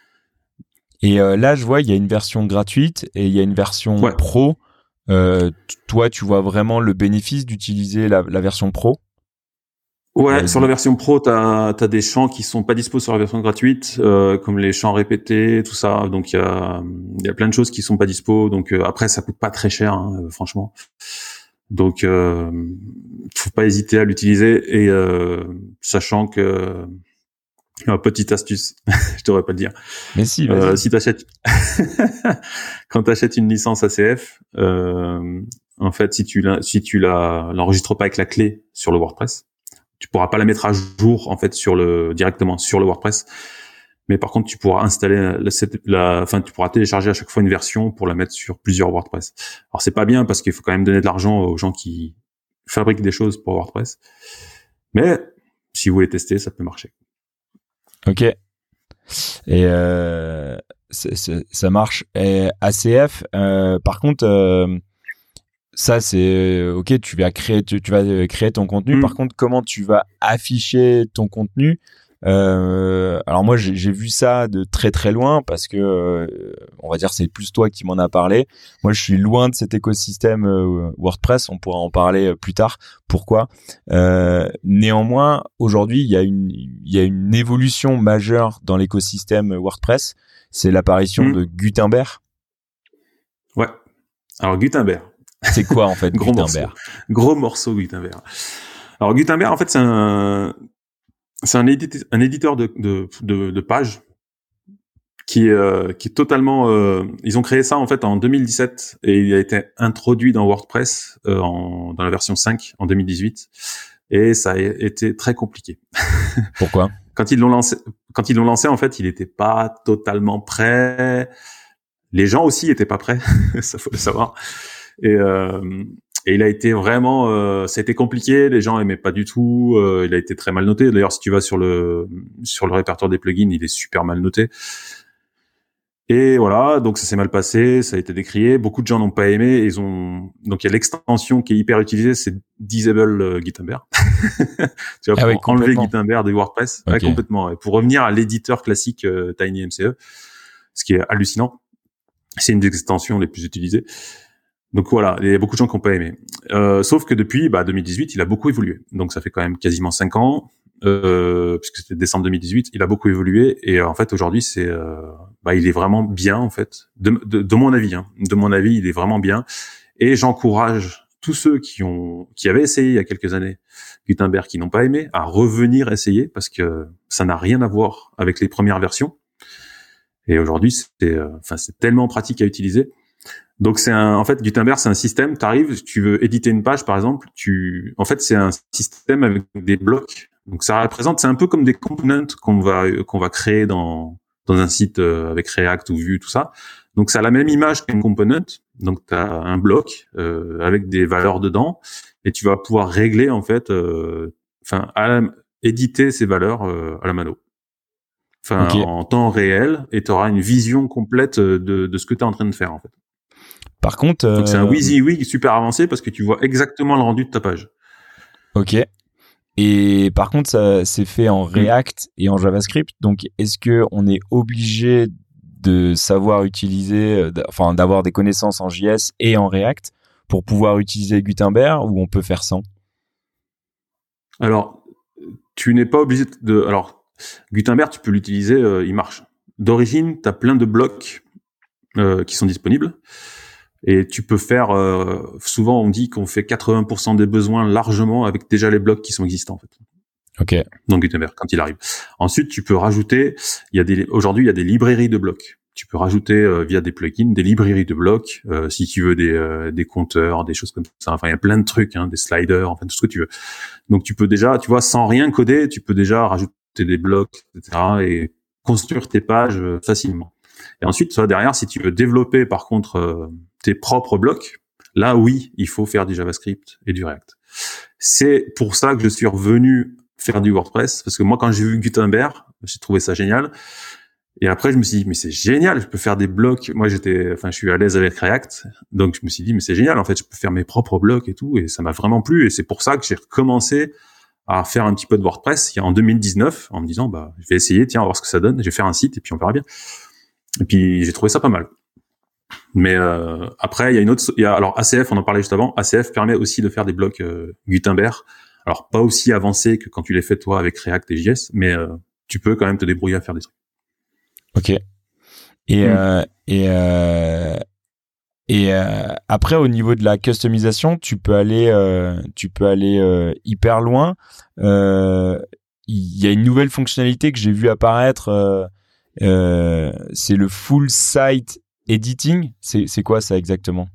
Et euh, là, je vois, il y a une version gratuite et il y a une version ouais. pro. Euh, toi, tu vois vraiment le bénéfice d'utiliser la, la version pro? Ouais, euh, sur la version pro, t'as t'as des champs qui sont pas dispo sur la version gratuite, euh, comme les champs répétés, tout ça. Donc il y a il y a plein de choses qui sont pas dispo. Donc euh, après, ça coûte pas très cher, hein, euh, franchement. Donc euh, faut pas hésiter à l'utiliser et euh, sachant que euh, petite astuce, je devrais pas le dire. Mais si, vas-y. Euh, si t'achètes quand t'achètes une licence A C F, euh, en fait, si tu la, si tu la l'enregistres pas avec la clé sur le WordPress, tu pourras pas la mettre à jour en fait sur le directement sur le WordPress, mais par contre tu pourras installer la, la enfin tu pourras télécharger à chaque fois une version pour la mettre sur plusieurs WordPress. Alors c'est pas bien parce qu'il faut quand même donner de l'argent aux gens qui fabriquent des choses pour WordPress, mais si vous voulez tester, ça peut marcher. Ok. Et euh, c'est, c'est, ça marche. Et A C F, euh, par contre. Euh, Ça, c'est ok. Tu vas créer, tu, tu vas créer ton contenu. Mmh. Par contre, comment tu vas afficher ton contenu? Euh, alors moi, j'ai, j'ai vu ça de très très loin parce que euh, on va dire c'est plus toi qui m'en as parlé. Moi, je suis loin de cet écosystème euh, WordPress. On pourra en parler plus tard. Pourquoi? Euh, néanmoins, aujourd'hui, il y a une il y a une évolution majeure dans l'écosystème WordPress. C'est l'apparition mmh. de Gutenberg. Ouais. Alors Gutenberg. C'est quoi en fait Gros Gutenberg? morceau. Gros morceau Gutenberg. Alors Gutenberg en fait c'est un c'est un, édite, un éditeur de de de, de pages qui euh, qui est totalement euh, ils ont créé ça en fait en deux mille dix-sept et il a été introduit dans WordPress euh, en dans la version cinq en deux mille dix-huit et ça a été très compliqué. Pourquoi? Quand ils l'ont lancé quand ils l'ont lancé en fait, il était pas totalement prêt. Les gens aussi étaient pas prêts, ça faut le savoir. Et, euh, et il a été vraiment, euh, ça a été compliqué. Les gens aimaient pas du tout. Euh, il a été très mal noté. D'ailleurs, si tu vas sur le sur le répertoire des plugins, il est super mal noté. Et voilà, donc ça s'est mal passé, ça a été décrié. Beaucoup de gens n'ont pas aimé. Ils ont donc il y a l'extension qui est hyper utilisée, c'est Disable euh, Gutenberg. Tu vois, ah pour oui, enlever Gutenberg de WordPress, okay. ouais, complètement. Ouais, pour revenir à l'éditeur classique euh, TinyMCE. ce qui est hallucinant. C'est une des extensions les plus utilisées. Donc voilà, il y a beaucoup de gens qui n'ont pas aimé. Euh, sauf que depuis bah, deux mille dix-huit, il a beaucoup évolué. Donc ça fait quand même quasiment cinq ans, euh, puisque c'était décembre deux mille dix-huit, il a beaucoup évolué. Et euh, en fait, aujourd'hui, c'est, euh, bah, il est vraiment bien, en fait, de, de, de mon avis. Hein. De mon avis, il est vraiment bien. Et j'encourage tous ceux qui ont, qui avaient essayé il y a quelques années Gutenberg, qui n'ont pas aimé, à revenir essayer, parce que ça n'a rien à voir avec les premières versions. Et aujourd'hui, c'est, euh, enfin, c'est tellement pratique à utiliser. Donc c'est un, en fait, Gutenberg, c'est un système. T'arrives, tu veux éditer une page, par exemple, tu, en fait, c'est un système avec des blocs. Donc ça représente, c'est un peu comme des components qu'on va qu'on va créer dans dans un site euh, avec React ou Vue, tout ça. Donc ça a la même image qu'un component. Donc t'as un bloc euh, avec des valeurs dedans, et tu vas pouvoir régler en fait, euh, enfin, à la, éditer ces valeurs euh, à la mano. Enfin, okay. En temps réel, et tu auras une vision complète de de ce que tu es en train de faire en fait. Par contre, donc euh... c'est un WYSIWYG super avancé parce que tu vois exactement le rendu de ta page. Ok. Et par contre, ça c'est fait en React mmh. et en JavaScript. Donc, est-ce que on est obligé de savoir utiliser, enfin, d'avoir des connaissances en J S et en React pour pouvoir utiliser Gutenberg, ou on peut faire sans? Alors, tu n'es pas obligé de. Alors, Gutenberg, tu peux l'utiliser, euh, il marche. D'origine, tu as plein de blocs euh, qui sont disponibles. Et tu peux faire, euh, souvent on dit qu'on fait quatre-vingts pour cent des besoins largement avec déjà les blocs qui sont existants en fait. Ok. Donc Gutenberg, quand il arrive. Ensuite, tu peux rajouter, il y a des, aujourd'hui il y a des librairies de blocs. Tu peux rajouter euh, via des plugins des librairies de blocs, euh, si tu veux des, euh, des compteurs, des choses comme ça. Enfin, il y a plein de trucs, hein, des sliders, enfin tout ce que tu veux. Donc tu peux déjà, tu vois, sans rien coder, tu peux déjà rajouter des blocs, et cetera et construire tes pages euh, facilement. Et ensuite, toi, derrière, si tu veux développer, par contre, euh, tes propres blocs, là, oui, il faut faire du JavaScript et du React. C'est pour ça que je suis revenu faire du WordPress, parce que moi, quand j'ai vu Gutenberg, j'ai trouvé ça génial. Et après, je me suis dit, mais c'est génial, je peux faire des blocs. Moi, j'étais, enfin, je suis à l'aise avec React. Donc, je me suis dit, mais c'est génial, en fait, je peux faire mes propres blocs et tout. Et ça m'a vraiment plu. Et c'est pour ça que j'ai recommencé à faire un petit peu de WordPress en deux mille dix-neuf, en me disant, bah, je vais essayer, tiens, on va voir ce que ça donne. Je vais faire un site et puis on verra bien. Et puis j'ai trouvé ça pas mal. Mais euh, après il y a une autre, il y a alors A C F, on en parlait juste avant. A C F permet aussi de faire des blocs euh, Gutenberg. Alors pas aussi avancés que quand tu les fais toi avec React et J S, mais euh, tu peux quand même te débrouiller à faire des trucs. Ok. Et mmh. euh, et euh, et euh, après au niveau de la customisation, tu peux aller euh, tu peux aller euh, hyper loin. Euh, il y a une nouvelle fonctionnalité que j'ai vu apparaître. Euh, Euh, c'est le full site editing. C'est, c'est quoi ça exactement?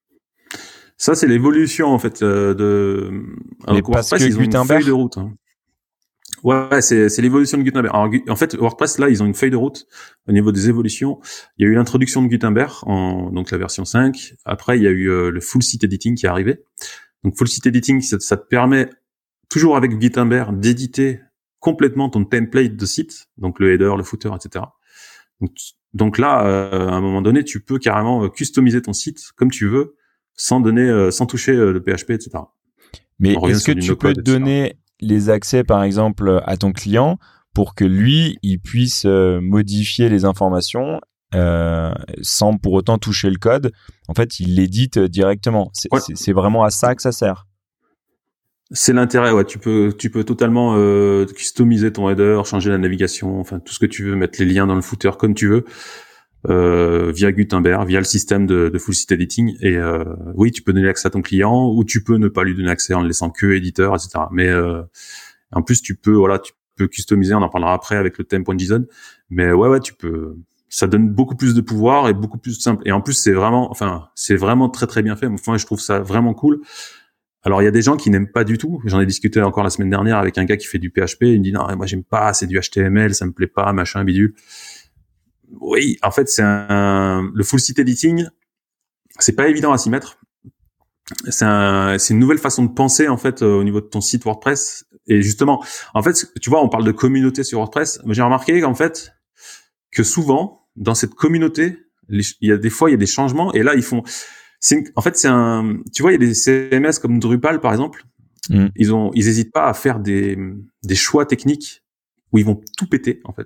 Ça, c'est l'évolution en fait euh, de. Mais parce WordPress, que ils ont Gutenberg... une feuille de route. Hein. Ouais, c'est, c'est l'évolution de Gutenberg. Alors, en fait, WordPress là, ils ont une feuille de route au niveau des évolutions. Il y a eu l'introduction de Gutenberg en donc la version cinq. Après, il y a eu euh, le full site editing qui est arrivé. Donc, full site editing, ça, ça te permet toujours avec Gutenberg d'éditer complètement ton template de site, donc le header, le footer, et cetera. Donc, donc là, euh, à un moment donné, tu peux carrément customiser ton site comme tu veux, sans donner, euh, sans toucher euh, le P H P, et cetera. Mais est-ce que tu peux donner les accès, par exemple, à ton client pour que lui, il puisse euh, modifier les informations euh, sans pour autant toucher le code? En fait, il l'édite directement. C'est, ouais. c'est, c'est vraiment à ça que ça sert. C'est l'intérêt, ouais. Tu peux, tu peux totalement euh, customiser ton header, changer la navigation, enfin tout ce que tu veux, mettre les liens dans le footer comme tu veux, euh, via Gutenberg, via le système de, de full site editing. Et euh, oui, tu peux donner accès à ton client, ou tu peux ne pas lui donner accès en le laissant que éditeur, et cetera. Mais euh, en plus, tu peux, voilà, tu peux customiser. On en parlera après avec le theme.json. Mais ouais, ouais, tu peux. Ça donne beaucoup plus de pouvoir et beaucoup plus simple. Et en plus, c'est vraiment, enfin, c'est vraiment très très bien fait. Enfin, je trouve ça vraiment cool. Alors, il y a des gens qui n'aiment pas du tout. J'en ai discuté encore la semaine dernière avec un gars qui fait du P H P. Il me dit, non, moi, j'aime pas, c'est du H T M L, ça me plaît pas, machin, bidule. Oui, en fait, c'est un, le full site editing, c'est pas évident à s'y mettre. C'est un, c'est une nouvelle façon de penser, en fait, au niveau de ton site WordPress. Et justement, en fait, tu vois, on parle de communauté sur WordPress. J'ai remarqué qu'en fait, que souvent, dans cette communauté, les, il y a des fois, il y a des changements. Et là, ils font, C'est une, en fait, c'est un, tu vois, il y a des C M S comme Drupal, par exemple. Mmh. Ils ont, ils hésitent pas à faire des, des choix techniques où ils vont tout péter, en fait.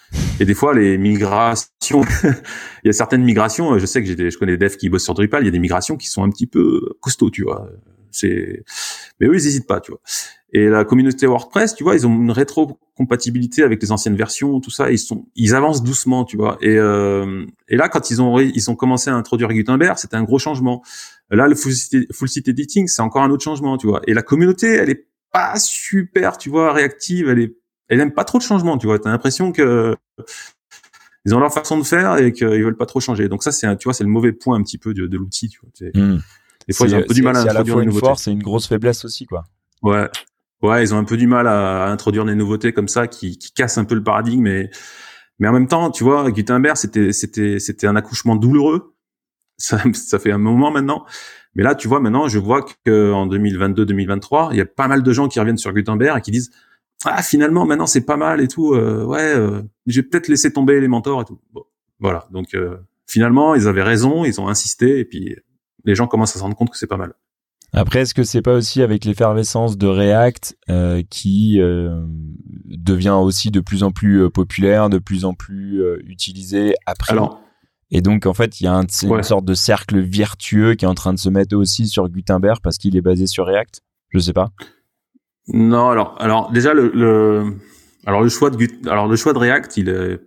Et des fois, les migrations, il y a certaines migrations, je sais que j'ai des, je connais des devs qui bossent sur Drupal, il y a des migrations qui sont un petit peu costauds, tu vois. C'est, mais eux, ils hésitent pas, tu vois. Et la communauté WordPress, tu vois, ils ont une rétro-compatibilité avec les anciennes versions, tout ça. Ils sont, ils avancent doucement, tu vois. Et, euh, et là, quand ils ont, ils ont commencé à introduire Gutenberg, c'était un gros changement. Là, le full site, full site editing, c'est encore un autre changement, tu vois. Et la communauté, elle est pas super, tu vois, réactive. Elle est, elle aime pas trop de changements, tu vois. T'as l'impression que ils ont leur façon de faire et qu'ils veulent pas trop changer. Donc ça, c'est, un, tu vois, c'est le mauvais point un petit peu de, de l'outil, tu vois. Mmh. Des fois, ils ont un peu du mal à introduire une nouveautés. C'est à la fois une force et une grosse faiblesse aussi, quoi. Ouais. Ouais, ils ont un peu du mal à, à introduire des nouveautés comme ça qui, qui cassent un peu le paradigme, mais mais en même temps, tu vois, Gutenberg, c'était c'était c'était un accouchement douloureux. Ça ça fait un moment maintenant. Mais là, tu vois, maintenant, je vois que en deux mille vingt-deux deux mille vingt-trois, il y a pas mal de gens qui reviennent sur Gutenberg et qui disent ah finalement maintenant c'est pas mal et tout. Euh, ouais, euh, j'ai peut-être laissé tomber Elementor et tout. Bon, voilà. Donc euh, finalement, ils avaient raison, ils ont insisté et puis les gens commencent à se rendre compte que c'est pas mal. Après, est-ce que c'est pas aussi avec l'effervescence de React euh, qui euh, devient aussi de plus en plus euh, populaire, de plus en plus euh, utilisé après? Alors, et donc, en fait, il y a un, ouais. une sorte de cercle vertueux qui est en train de se mettre aussi sur Gutenberg parce qu'il est basé sur React. Je sais pas. Non, alors, alors déjà le, le, alors le choix de Gut, alors le choix de React, il est,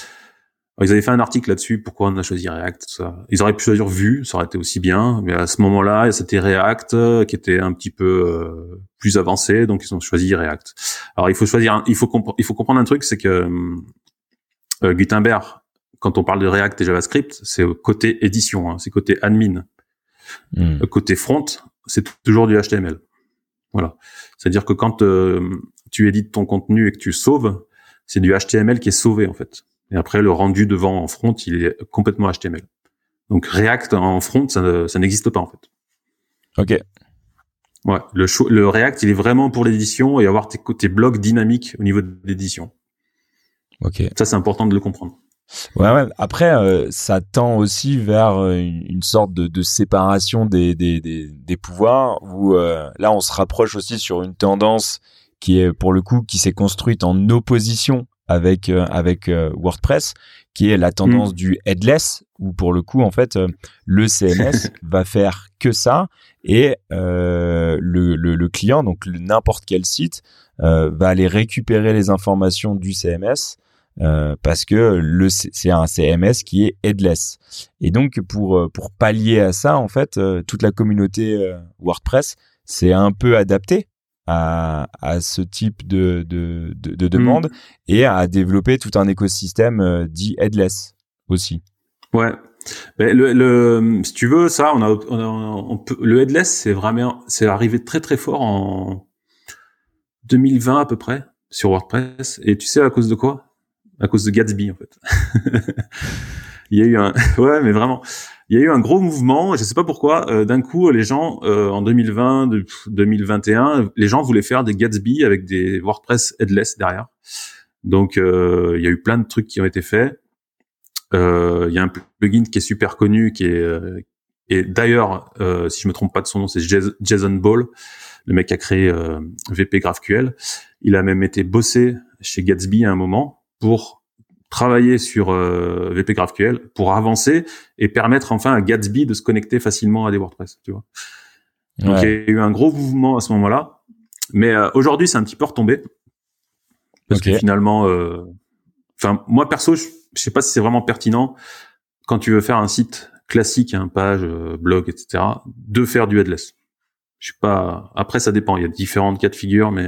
ils avaient fait un article là-dessus. Pourquoi on a choisi React, tout ça. Ils auraient pu choisir Vue, ça aurait été aussi bien. Mais à ce moment-là, c'était React euh, qui était un petit peu euh, plus avancé, donc ils ont choisi React. Alors il faut choisir, il faut compre- il faut comprendre un truc, c'est que euh, Gutenberg, quand on parle de React et JavaScript, c'est côté édition, hein, c'est côté admin. Mmh. Côté front, c'est toujours du H T M L. Voilà. C'est-à-dire que quand euh, tu édites ton contenu et que tu sauves, c'est du H T M L qui est sauvé en fait. Et après, le rendu devant en front, il est complètement H T M L. Donc React en front, ça, ça n'existe pas en fait. Ok. Ouais. Le, cho- le React, il est vraiment pour l'édition et avoir tes, tes blocs dynamiques au niveau de l'édition. Ok. Ça, c'est important de le comprendre. Ouais, ouais. Après, euh, ça tend aussi vers une, une sorte de, de séparation des, des, des, des pouvoirs où euh, là, on se rapproche aussi sur une tendance qui est, pour le coup, qui s'est construite en opposition avec euh, avec euh, WordPress, qui est la tendance mmh. du headless, où pour le coup, en fait, euh, le C M S va faire que ça et euh, le, le, le client, donc le, n'importe quel site, euh, va aller récupérer les informations du C M S. Euh, parce que le c'est un C M S qui est headless et donc pour pour pallier à ça en fait euh, toute la communauté euh, WordPress s'est un peu adaptée à à ce type de de de, de demande mmh. et à développer tout un écosystème euh, dit headless aussi. Ouais. Mais le, le si tu veux ça on a, on a on peut, le headless c'est vraiment c'est arrivé très très fort en deux mille vingt à peu près sur WordPress et tu sais à cause de quoi? À cause de Gatsby en fait. Il y a eu un ouais mais vraiment il y a eu un gros mouvement, je sais pas pourquoi euh, d'un coup les gens euh, en deux mille vingt deux mille vingt et un les gens voulaient faire des Gatsby avec des WordPress headless derrière. Donc euh, il y a eu plein de trucs qui ont été faits. Euh, il y a un plugin qui est super connu qui est euh, et d'ailleurs euh, si je me trompe pas de son nom c'est Jason Ball, le mec qui a créé euh, V P GraphQL. Il a même été bossé chez Gatsby à un moment pour travailler sur euh, V P GraphQL pour avancer et permettre enfin à Gatsby de se connecter facilement à des WordPress, tu vois. Donc ouais. Il y a eu un gros mouvement à ce moment-là, mais euh, aujourd'hui c'est un petit peu retombé parce okay. que finalement, enfin euh, moi perso, je, je sais pas si c'est vraiment pertinent quand tu veux faire un site classique, un page, euh, blog, et cetera, de faire du headless. Je sais pas. Après ça dépend, il y a différentes cas de figure, mais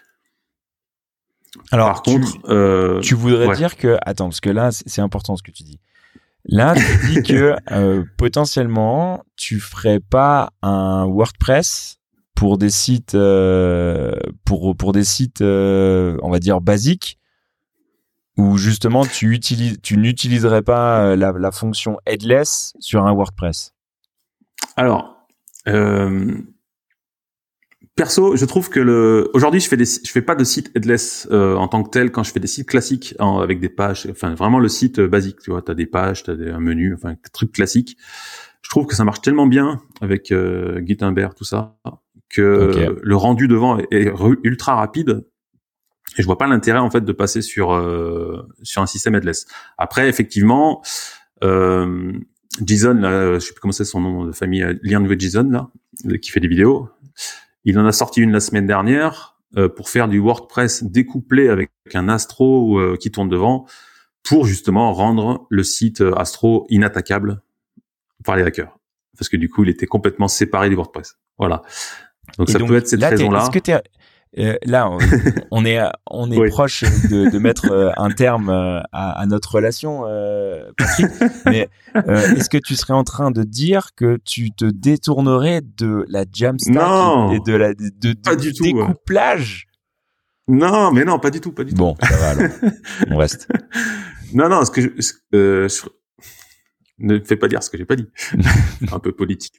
alors, par tu, contre, euh, tu voudrais ouais. dire que attends parce que là c'est important ce que tu dis. Là, tu dis que euh, potentiellement tu ferais pas un WordPress pour des sites euh, pour pour des sites euh, on va dire basiques où justement tu utilises tu n'utiliserais pas la, la fonction headless sur un WordPress. Alors. Euh... Perso, je trouve que le aujourd'hui je fais des je fais pas de site headless euh, en tant que tel quand je fais des sites classiques en, avec des pages, enfin vraiment le site basique, tu vois, t'as des pages, t'as des, un menu, enfin truc classique. Je trouve que ça marche tellement bien avec euh, Gutenberg tout ça que okay. le rendu devant est, est ultra rapide Et je vois pas l'intérêt en fait de passer sur euh, sur un système headless. Après, effectivement, euh, Jason, là, je sais plus comment c'est son nom de famille, Lianwei Jason là, qui fait des vidéos. Il en a sorti une la semaine dernière euh, pour faire du WordPress découplé avec un Astro euh, qui tourne devant, pour justement rendre le site Astro inattaquable par les hackers. Parce que du coup, il était complètement séparé du WordPress. Voilà. Donc et ça donc, peut être cette là, raison-là. Est-ce que t'es, euh, là, on, on est, on est oui. proche de, de mettre euh, un terme euh, à, à notre relation, euh, Patrick. Mais euh, est-ce que tu serais en train de dire que tu te détournerais de la Jamstack non, et de la de, de, pas du du découplage? Tout, ouais. Non, mais non, pas du tout, pas du tout. Bon, ça va alors. On reste. Non, non, ce que je, ce, euh, je, ne fais pas dire ce que j'ai pas dit. Un peu politique.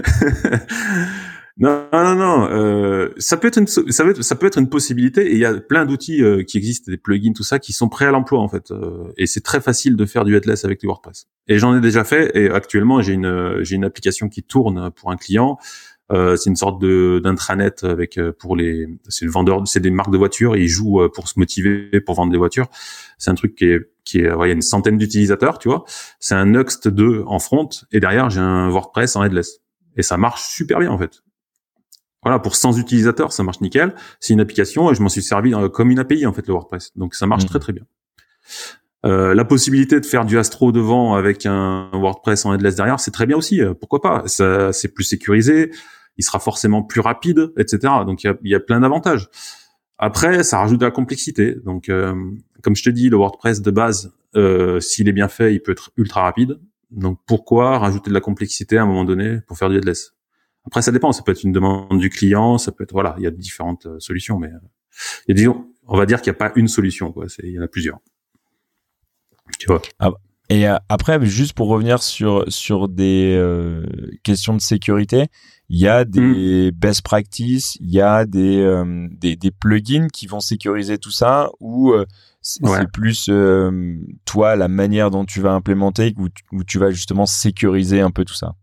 Non, non, non. Euh, ça peut être une, ça peut être, ça peut être une possibilité. Et il y a plein d'outils euh, qui existent, des plugins, tout ça, qui sont prêts à l'emploi en fait. Euh, et c'est très facile de faire du headless avec du WordPress. Et j'en ai déjà fait. Et actuellement, j'ai une, j'ai une application qui tourne pour un client. Euh, c'est une sorte de d'intranet avec pour les, c'est le vendeur, c'est des marques de voitures. Et ils jouent pour se motiver pour vendre des voitures. C'est un truc qui est, qui est, ouais, il y a une centaine d'utilisateurs, tu vois. C'est un Nuxt deux en front. Et derrière, j'ai un WordPress en headless. Et ça marche super bien en fait. Voilà, pour cent utilisateurs, ça marche nickel. C'est une application et je m'en suis servi comme une A P I en fait le WordPress. Donc ça marche mmh. très très bien. Euh, la possibilité de faire du Astro devant avec un WordPress en headless derrière, c'est très bien aussi. Pourquoi pas ? Ça, c'est plus sécurisé. Il sera forcément plus rapide, et cetera. Donc il y a, il y a plein d'avantages. Après, ça rajoute de la complexité. Donc euh, comme je te dis, le WordPress de base, euh, s'il est bien fait, il peut être ultra rapide. Donc pourquoi rajouter de la complexité à un moment donné pour faire du headless ? Après, ça dépend. Ça peut être une demande du client, ça peut être voilà, il y a différentes euh, solutions, mais euh, il y a disons, on va dire qu'il n'y a pas une solution, quoi. C'est, il y en a plusieurs. Tu vois. Ah, et euh, après, juste pour revenir sur sur des euh, questions de sécurité, il y a des mmh. best practices, il y a des, euh, des des plugins qui vont sécuriser tout ça, ou euh, c'est, ouais. c'est plus euh, toi la manière dont tu vas implémenter, où tu, où tu vas justement sécuriser un peu tout ça.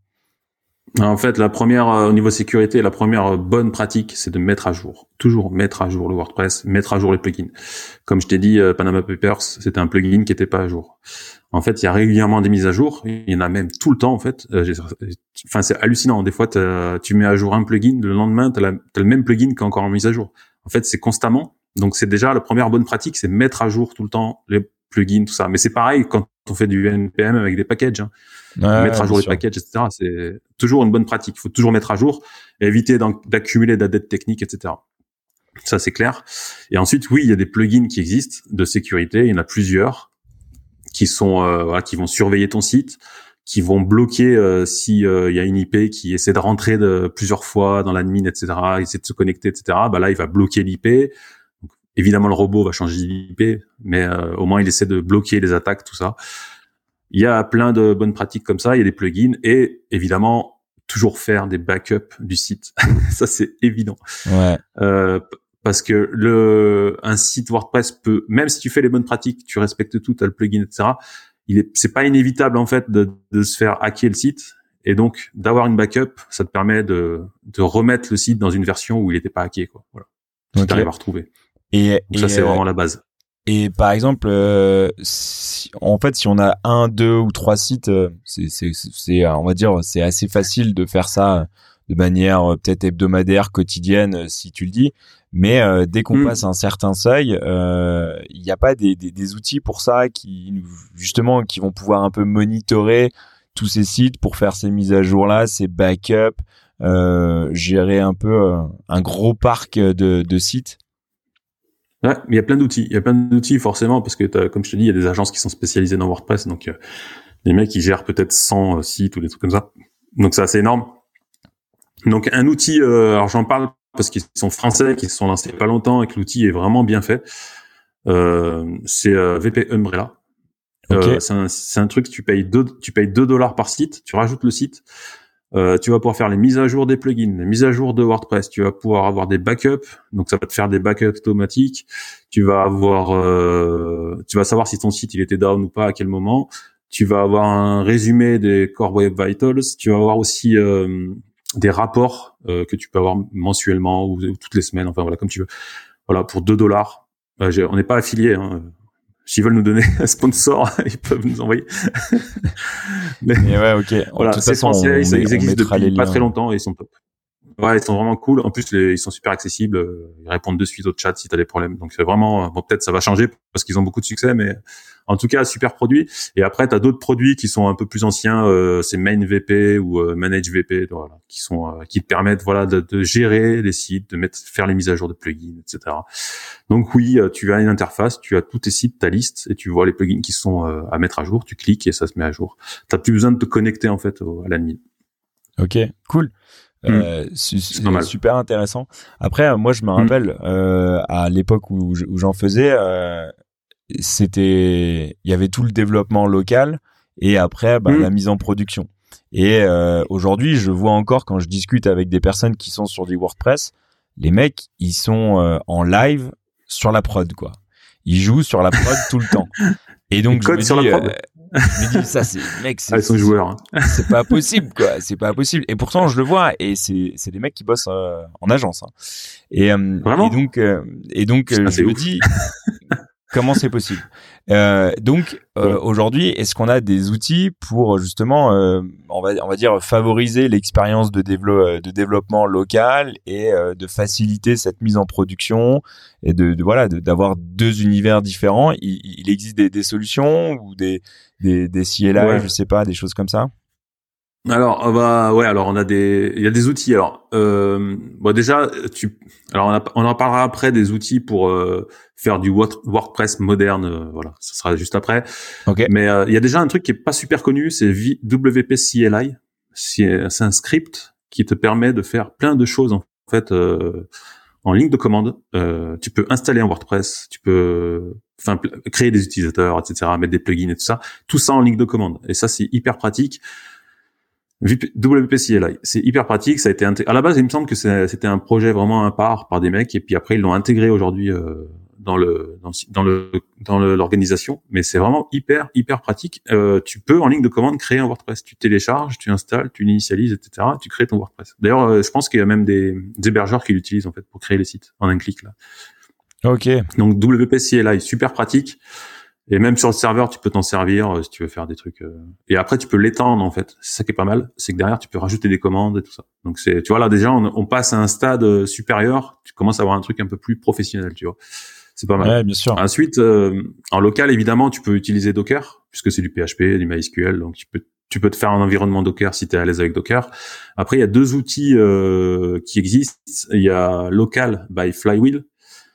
En fait, la première, euh, au niveau sécurité, la première bonne pratique, c'est de mettre à jour. Toujours mettre à jour le WordPress, mettre à jour les plugins. Comme je t'ai dit, euh, Panama Papers, c'était un plugin qui était pas à jour. En fait, il y a régulièrement des mises à jour. Il y en a même tout le temps, en fait. Euh, enfin, c'est hallucinant. Des fois, tu mets à jour un plugin, le lendemain, t'as, la, t'as le même plugin qui est encore en mise à jour. En fait, c'est constamment. Donc, c'est déjà la première bonne pratique, c'est mettre à jour tout le temps les plugins, tout ça. Mais c'est pareil quand on fait du N P M avec des packages, hein. Ouais, mettre à jour les sûr. packages, et cetera. C'est toujours une bonne pratique. Il faut toujours mettre à jour et éviter d'accumuler de la dette technique, et cetera. Ça, c'est clair. Et ensuite, oui, il y a des plugins qui existent de sécurité. Il y en a plusieurs qui sont, euh, voilà, qui vont surveiller ton site, qui vont bloquer euh, si euh, il y a une I P qui essaie de rentrer de plusieurs fois dans l'admin, et cetera. Essaie de se connecter, et cetera. Bah là, il va bloquer l'I P. Donc, évidemment, le robot va changer d'I P, mais euh, au moins, il essaie de bloquer les attaques, tout ça. Il y a plein de bonnes pratiques comme ça, il y a des plugins et évidemment toujours faire des backups du site. Ça c'est évident. Ouais. Euh, parce que le un site WordPress peut, même si tu fais les bonnes pratiques, tu respectes tout, t'as le plugin, et cetera. Il est, c'est pas inévitable en fait de, de se faire hacker le site et donc d'avoir une backup, ça te permet de de remettre le site dans une version où il n'était pas hacké, quoi. Voilà. Okay. Tu arrives à retrouver. Et, donc et ça c'est euh... vraiment la base. Et par exemple, euh, si, en fait, si on a un, deux ou trois sites, euh, c'est, c'est, c'est, on va dire, c'est assez facile de faire ça de manière euh, peut-être hebdomadaire, quotidienne, si tu le dis. Mais euh, dès qu'on mmh. passe un certain seuil, il euh, n'y a pas des, des, des outils pour ça qui, justement, qui vont pouvoir un peu monitorer tous ces sites pour faire ces mises à jour là, ces backups, euh, gérer un peu euh, un gros parc de, de sites. Ouais, il y a plein d'outils. Il y a plein d'outils forcément parce que t'as, comme je te dis, il y a des agences qui sont spécialisées dans WordPress, donc euh, les mecs qui gèrent peut-être cent euh, sites ou des trucs comme ça. Donc c'est assez énorme. Donc un outil, euh, alors j'en parle parce qu'ils sont français, qu'ils se sont lancés il y a pas longtemps et que l'outil est vraiment bien fait. Euh, c'est euh, V P Umbrella. Okay. Euh, c'est un, c'est un truc, tu payes deux, tu payes deux dollars par site, tu rajoutes le site. Euh, tu vas pouvoir faire les mises à jour des plugins, les mises à jour de WordPress. Tu vas pouvoir avoir des backups, donc ça va te faire des backups automatiques. Tu vas avoir, euh, tu vas savoir si ton site il était down ou pas à quel moment. Tu vas avoir un résumé des Core Web Vitals. Tu vas avoir aussi euh, des rapports euh, que tu peux avoir mensuellement ou, ou toutes les semaines. Enfin voilà, comme tu veux. Voilà, pour deux dollars. Euh, j'ai, on n'est pas affiliés. Hein. S'ils veulent nous donner un sponsor, ils peuvent nous envoyer. Mais, Mais ouais, ok. Voilà, c'est façon, français, on, ils, on ils existent depuis pas très longtemps et ils sont top. Ouais, ils sont vraiment cool. En plus, les, ils sont super accessibles. Ils répondent de suite au chat si t'as des problèmes. Donc, c'est vraiment, bon, peut-être ça va changer parce qu'ils ont beaucoup de succès, mais en tout cas, super produit. Et après, t'as d'autres produits qui sont un peu plus anciens. Euh, c'est MainVP ou euh, ManageVP, voilà, qui sont, euh, qui te permettent, voilà, de, de gérer les sites, de mettre, faire les mises à jour de plugins, et cetera. Donc oui, tu as une interface, tu as tous tes sites, ta liste, et tu vois les plugins qui sont euh, à mettre à jour. Tu cliques et ça se met à jour. T'as plus besoin de te connecter en fait au, à l'admin. Ok, cool. Euh, mmh. su- c'est super intéressant. Après, moi, je me rappelle mmh. euh, à l'époque où, où j'en faisais, euh, c'était, il y avait tout le développement local et après, bah, mmh. la mise en production. Et euh, aujourd'hui, je vois encore quand je discute avec des personnes qui sont sur du WordPress, les mecs, ils sont euh, en live sur la prod, quoi. Ils jouent sur la prod tout le temps. Et donc, je me dis, euh, je me dis, ça, c'est, mec, c'est, ah, ils sont joueurs, hein. c'est pas possible, quoi. C'est pas possible. Et pourtant, je le vois. Et c'est, c'est des mecs qui bossent euh, en agence. Hein. Et, euh, et donc, euh, et donc, Putain, je me ouf. dis, comment c'est possible. Euh, donc, euh, ouais. aujourd'hui, est-ce qu'on a des outils pour justement, euh, on va, on va dire, favoriser l'expérience de, dévelop- de développement local et euh, de faciliter cette mise en production et de, de voilà, de, d'avoir deux univers différents. Il, il existe des, des solutions ou des, des, des C L I, ouais. je sais pas, des choses comme ça. Alors, bah ouais, alors on a des, il y a des outils. Alors, euh, bon déjà, tu, alors on, a, on en parlera après des outils pour euh, faire du WordPress moderne. Euh, voilà, ça sera juste après. Okay. Mais euh, il y a déjà un truc qui est pas super connu, c'est W P C L I. C'est, c'est un script qui te permet de faire plein de choses en fait euh, en ligne de commande. Euh, tu peux installer un WordPress, tu peux, enfin, créer des utilisateurs, et cetera, mettre des plugins et tout ça. Tout ça en ligne de commande. Et ça, c'est hyper pratique. W P C L I, c'est hyper pratique. Ça a été intégré. À la base, il me semble que c'était un projet vraiment à part par des mecs, et puis après ils l'ont intégré aujourd'hui euh, dans le dans, dans le dans le, l'organisation. Mais c'est vraiment hyper hyper pratique. Euh, tu peux en ligne de commande créer un WordPress. Tu télécharges, tu installes, tu l'initialises, et cetera. Tu crées ton WordPress. D'ailleurs, euh, je pense qu'il y a même des, des hébergeurs qui l'utilisent en fait pour créer les sites en un clic là. Ok. Donc W P C L I, super pratique. Et même sur le serveur, tu peux t'en servir euh, si tu veux faire des trucs. Euh... Et après, tu peux l'étendre en fait. C'est ça qui est pas mal, c'est que derrière, tu peux rajouter des commandes et tout ça. Donc c'est, tu vois là déjà, on, on passe à un stade supérieur. Tu commences à avoir un truc un peu plus professionnel, tu vois. C'est pas mal. Ouais, bien sûr. Ensuite, euh, en local, évidemment, tu peux utiliser Docker puisque c'est du P H P, du MySQL. Donc tu peux, tu peux te faire un environnement Docker si t'es à l'aise avec Docker. Après, il y a deux outils euh, qui existent. Il y a Local by Flywheel.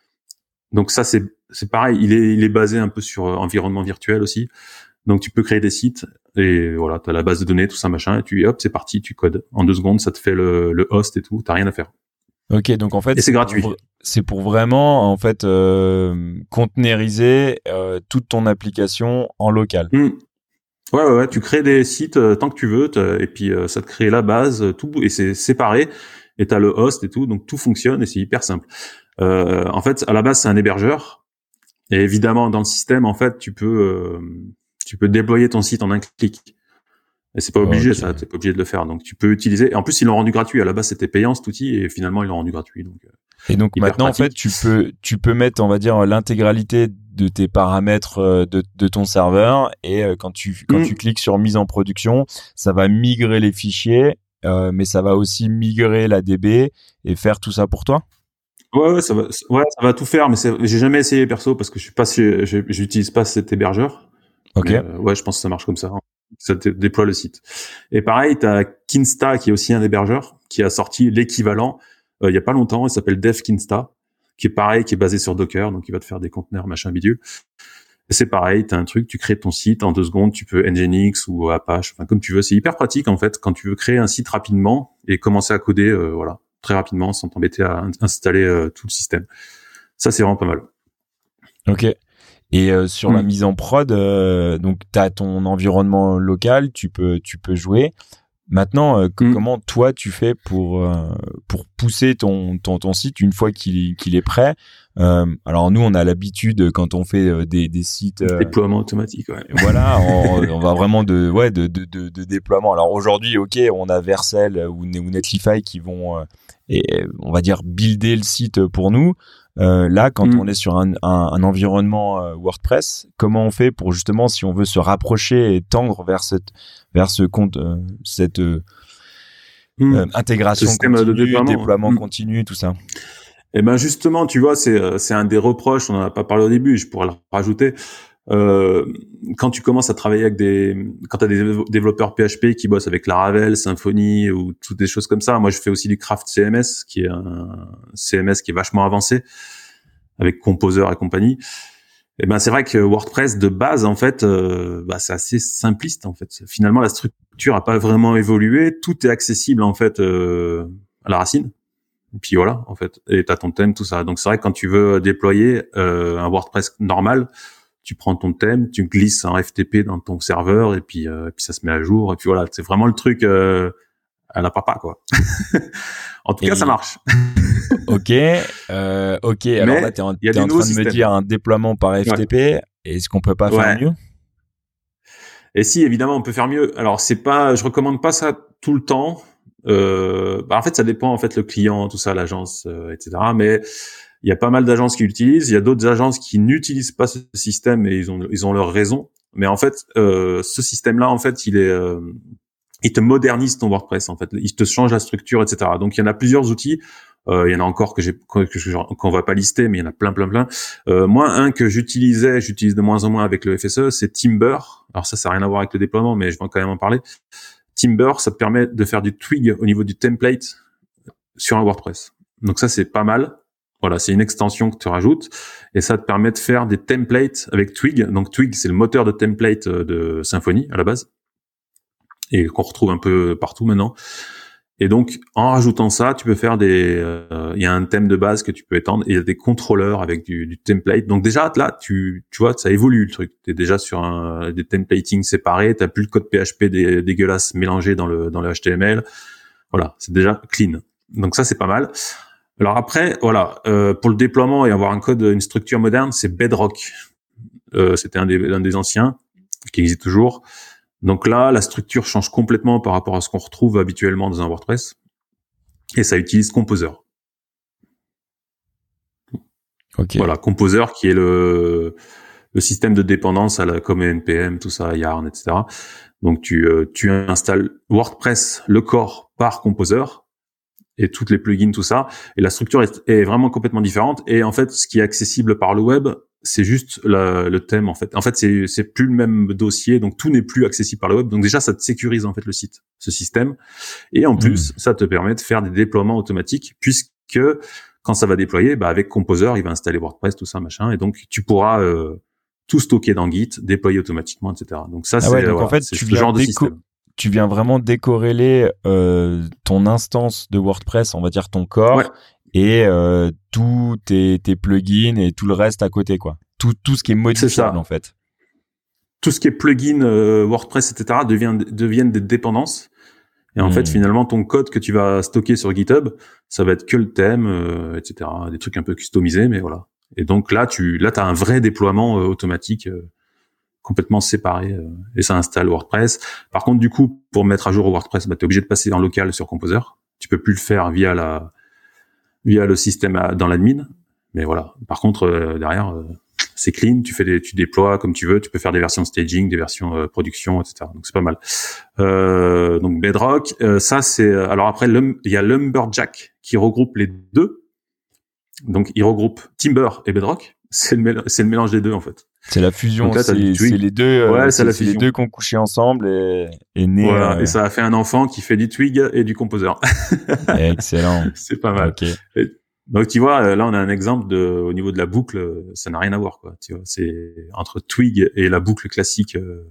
Donc ça, c'est c'est pareil, il est il est basé un peu sur euh, environnement virtuel aussi. Donc tu peux créer des sites et voilà, tu as la base de données, tout ça machin, et tu hop, c'est parti, tu codes. En deux secondes, ça te fait le, le host et tout, t'as rien à faire. Ok, donc en fait, et c'est gratuit. Pour, c'est pour vraiment en fait euh, containeriser euh, toute ton application en local. Mmh. Ouais, ouais, ouais, tu crées des sites euh, tant que tu veux, et puis euh, ça te crée la base, tout, et c'est séparé, et t'as le host et tout, donc tout fonctionne et c'est hyper simple. Euh, en fait, à la base, c'est un hébergeur. Et évidemment, dans le système, en fait, tu peux euh, tu peux déployer ton site en un clic. Et c'est pas obligé, okay. ça, t'es pas obligé de le faire. Donc tu peux utiliser. Et en plus, ils l'ont rendu gratuit. À la base, c'était payant cet outil, et finalement, ils l'ont rendu gratuit. Donc. Et donc maintenant, pratique. En fait, tu peux tu peux mettre, on va dire, l'intégralité de tes paramètres de de ton serveur. Et quand tu quand mmh. tu cliques sur mise en production, ça va migrer les fichiers, euh, mais ça va aussi migrer la D B et faire tout ça pour toi. Ouais, ouais, ça va, ouais, ça va tout faire, mais c'est, j'ai jamais essayé perso parce que je suis pas, je, je, j'utilise pas cet hébergeur. Ok. Mais, euh, ouais, je pense que ça marche comme ça. Hein. Ça te déploie le site. Et pareil, t'as Kinsta qui est aussi un hébergeur qui a sorti l'équivalent euh, il y a pas longtemps. Il s'appelle Dev Kinsta, qui est pareil, qui est basé sur Docker, donc il va te faire des conteneurs machin bidule. Et c'est pareil, t'as un truc, tu crées ton site en deux secondes, tu peux Nginx ou Apache, enfin comme tu veux. C'est hyper pratique en fait quand tu veux créer un site rapidement et commencer à coder, euh, voilà. très rapidement sans t'embêter à installer euh, tout le système. Ça, c'est vraiment pas mal. Ok. Et euh, sur mmh. la mise en prod, euh, donc tu as ton environnement local, tu peux tu peux jouer. Maintenant, euh, mmh. comment toi tu fais pour euh, pour pousser ton ton ton site une fois qu'il qu'il est prêt? Euh, alors nous, on a l'habitude quand on fait euh, des des sites euh, déploiement automatique. Ouais. Voilà, on, on va vraiment de ouais de de de, de déploiement. Alors aujourd'hui, ok, on a Vercel ou, ou Netlify qui vont euh, et on va dire builder le site pour nous. Euh, là, quand mmh. on est sur un, un, un environnement euh, WordPress, comment on fait pour justement, si on veut se rapprocher et tendre vers cette, vers ce compte, euh, cette euh, mmh. euh, intégration continue, de déploiement, déploiement mmh. continu, tout ça? Eh ben justement, tu vois, c'est c'est un des reproches. On en a pas parlé au début. Je pourrais le rajouter. Euh, quand tu commences à travailler avec des, quand t'as des développeurs P H P qui bossent avec Laravel, Symfony ou toutes des choses comme ça. Moi, je fais aussi du Craft C M S, qui est un C M S qui est vachement avancé avec Composer et compagnie. Et ben c'est vrai que WordPress de base, en fait, euh, bah, c'est assez simpliste en fait. Finalement, la structure a pas vraiment évolué. Tout est accessible en fait euh, à la racine. Et puis voilà, en fait, et t'as ton thème, tout ça. Donc c'est vrai que quand tu veux déployer euh, un WordPress normal, tu prends ton thème, tu glisses un F T P dans ton serveur et puis, euh, puis ça se met à jour. Et puis voilà, c'est vraiment le truc euh, à la papa, quoi. En tout et... cas, ça marche. Ok, euh, ok. Alors mais là, t'es en, t'es en train de systèmes. me dire un déploiement par F T P. Ouais. Est-ce qu'on peut pas faire ouais. mieux? Et si, évidemment, on peut faire mieux. Alors c'est pas, je recommande pas ça tout le temps. Euh, bah en fait, ça dépend en fait le client, tout ça, l'agence, euh, et cetera. Mais il y a pas mal d'agences qui l'utilisent. Il y a d'autres agences qui n'utilisent pas ce système et ils ont ils ont leurs raisons. Mais en fait, euh, ce système-là, en fait, il est euh, il te modernise ton WordPress. En fait, il te change la structure, et cetera. Donc il y en a plusieurs outils. Euh, il y en a encore que j'ai que, que qu'on va pas lister, mais il y en a plein, plein, plein. Euh, moi, un que j'utilisais, j'utilise de moins en moins avec le F S E, c'est Timber. Alors ça, ça n'a rien à voir avec le déploiement, mais je vais quand même en parler. Timber, ça te permet de faire du twig au niveau du template sur un WordPress. Donc ça, c'est pas mal. Voilà, c'est une extension que tu rajoutes et ça te permet de faire des templates avec Twig. Donc Twig, c'est le moteur de template de Symfony à la base et qu'on retrouve un peu partout maintenant. Et donc, en rajoutant ça, tu peux faire des... Il euh, y a un thème de base que tu peux étendre et il y a des contrôleurs avec du, du template. Donc déjà, là, tu tu vois, ça évolue le truc. Tu es déjà sur un, des templating séparés. Tu n'as plus le code P H P dé, dégueulasse mélangé dans le, dans le H T M L. Voilà, c'est déjà clean. Donc ça, c'est pas mal. Alors après, voilà, euh, pour le déploiement et avoir un code, une structure moderne, c'est Bedrock. Euh, c'était un des, un des anciens, qui existe toujours. Donc là, la structure change complètement par rapport à ce qu'on retrouve habituellement dans un WordPress. Et ça utilise Composer. Okay. Voilà, Composer qui est le, le système de dépendance à la, comme N P M, tout ça, Yarn, et cetera. Donc tu, euh, tu installes WordPress, le core, par Composer, et toutes les plugins, tout ça. Et la structure est, est vraiment complètement différente. Et en fait, ce qui est accessible par le web, c'est juste la, le thème, en fait. En fait, c'est, c'est plus le même dossier, donc tout n'est plus accessible par le web. Donc déjà, ça te sécurise, en fait, le site, ce système. Et en plus, mmh. ça te permet de faire des déploiements automatiques, puisque quand ça va déployer, bah, avec Composer, il va installer WordPress, tout ça, machin. Et donc, tu pourras euh, tout stocker dans Git, déployer automatiquement, et cetera. Donc ça, ah c'est, ouais, donc voilà, en fait, c'est tu ce viens genre de déco- système. Tu viens vraiment décorréler euh, ton instance de WordPress, on va dire ton core, ouais. et euh, tous tes, tes plugins et tout le reste à côté, quoi. Tout, tout ce qui est modifiable, en fait. Tout ce qui est plugin, euh, WordPress, et cetera devient, deviennent des dépendances. Et en mmh. fait, finalement, ton code que tu vas stocker sur GitHub, ça va être que le thème, euh, et cetera. Des trucs un peu customisés, mais voilà. Et donc là, tu là, t'as un vrai déploiement euh, automatique euh, complètement séparé euh, et ça installe WordPress. Par contre, du coup, pour mettre à jour WordPress, bah, t'es obligé de passer en local sur Composer. Tu peux plus le faire via la via le système à, dans l'admin. Mais voilà. Par contre, euh, derrière, euh, c'est clean. Tu fais des, tu déploies comme tu veux. Tu peux faire des versions staging, des versions euh, production, et cetera. Donc c'est pas mal. Euh, donc Bedrock, euh, ça c'est. Alors après, il y a Lumberjack qui regroupe les deux. Donc il regroupe Timber et Bedrock. C'est le, mél- c'est le mélange des deux en fait. C'est la fusion, là, c'est, c'est les deux, euh, ouais, c'est, c'est, c'est les deux qui ont couché ensemble et, et né. Voilà, euh... et ça a fait un enfant qui fait du Twig et du Composer. Excellent. C'est pas mal. Okay. Et, donc tu vois, là on a un exemple de, au niveau de la boucle, ça n'a rien à voir quoi. Tu vois, c'est entre Twig et la boucle classique. Euh,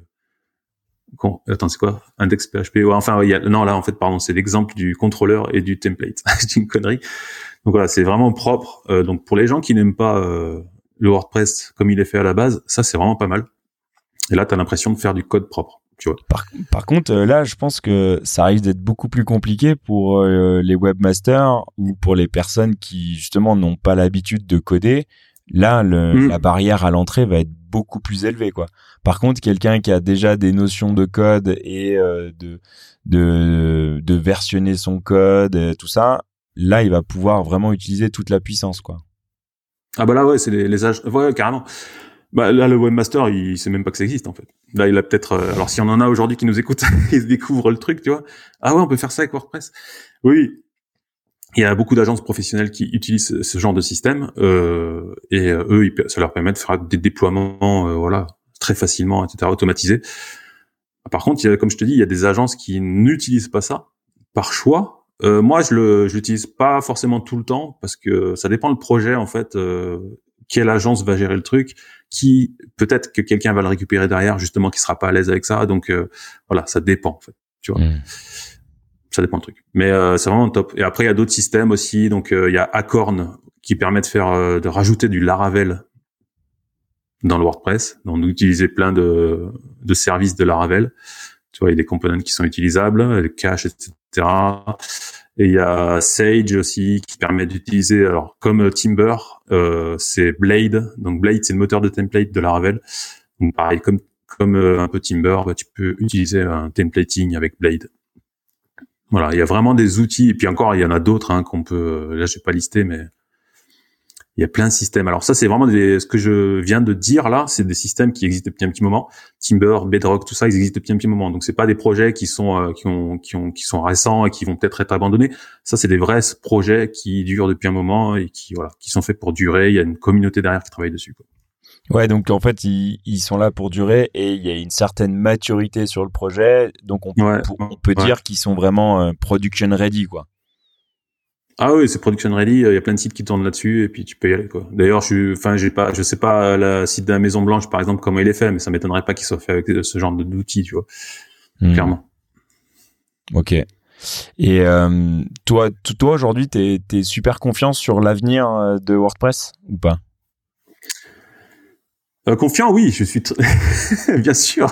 con, attends, c'est quoi? Index P H P. Ouais, enfin, il y a, non là en fait, pardon, c'est l'exemple du contrôleur et du template. C'est une connerie. Donc voilà, c'est vraiment propre. Euh, donc pour les gens qui n'aiment pas euh, le WordPress comme il est fait à la base, ça c'est vraiment pas mal. Et là, tu as l'impression de faire du code propre, tu vois. Par, par contre, là, je pense que ça risque d'être beaucoup plus compliqué pour euh, les webmasters ou pour les personnes qui, justement, n'ont pas l'habitude de coder. Là, le, mmh. la barrière à l'entrée va être beaucoup plus élevée, quoi. Par contre, quelqu'un qui a déjà des notions de code et euh, de, de, de versionner son code, et tout ça, là, il va pouvoir vraiment utiliser toute la puissance, quoi. Ah bah là ouais, c'est les, les âges, ouais carrément. Bah là le webmaster, il sait même pas que ça existe en fait. Là il a peut-être, euh, alors si on en a aujourd'hui qui nous écoutent, ils découvrent le truc, tu vois. Ah ouais, on peut faire ça avec WordPress. Oui, il y a beaucoup d'agences professionnelles qui utilisent ce genre de système euh, et euh, eux, ils, ça leur permet de faire des déploiements, euh, voilà, très facilement, et cetera, automatisés. Par contre, il y a, comme je te dis, il y a des agences qui n'utilisent pas ça par choix. Euh, moi, je le, je l'utilise pas forcément tout le temps parce que ça dépend le projet en fait. Euh, quelle agence va gérer le truc, qui peut-être que quelqu'un va le récupérer derrière justement qui sera pas à l'aise avec ça. Donc euh, voilà, ça dépend en fait. Tu vois. Mmh. Ça dépend du truc. Mais euh, c'est vraiment top. Et après, il y a d'autres systèmes aussi. Donc, euh, il y a Acorn qui permet de faire, euh, de rajouter du Laravel dans le WordPress. Donc, d'utiliser plein de, de services de Laravel. Tu vois, il y a des components qui sont utilisables, le cache, et cetera. Et il y a Sage aussi qui permet d'utiliser, alors comme Timber, euh, c'est Blade. Donc, Blade, c'est le moteur de template de Laravel. Donc, pareil, comme comme euh, un peu Timber, bah, tu peux utiliser un templating avec Blade. Voilà, il y a vraiment des outils, et puis encore, il y en a d'autres hein, qu'on peut. Là, j'ai pas listé, mais il y a plein de systèmes. Alors ça, c'est vraiment des, ce que je viens de dire là, c'est des systèmes qui existent depuis un petit moment. Timber, Bedrock, tout ça, ils existent depuis un petit moment. Donc c'est pas des projets qui sont euh, qui ont qui ont qui sont récents et qui vont peut-être être abandonnés. Ça, c'est des vrais projets qui durent depuis un moment et qui voilà, qui sont faits pour durer. Il y a une communauté derrière qui travaille dessus, quoi. Ouais, donc en fait, ils, ils sont là pour durer et il y a une certaine maturité sur le projet. Donc on, ouais, pour, on peut ouais. dire qu'ils sont vraiment euh, production ready, quoi. Ah oui, c'est production ready. Il y a plein de sites qui tournent là-dessus et puis tu peux y aller, quoi. D'ailleurs, je suis, enfin, j'ai pas, je sais pas le site de la Maison Blanche, par exemple, comment il est fait, mais ça m'étonnerait pas qu'il soit fait avec ce genre d'outils, tu vois. Mmh. Clairement. Ok. Et euh, toi, toi aujourd'hui, t'es, t'es super confiant sur l'avenir de WordPress ou pas? Euh, confiant, oui, je suis tr... bien sûr.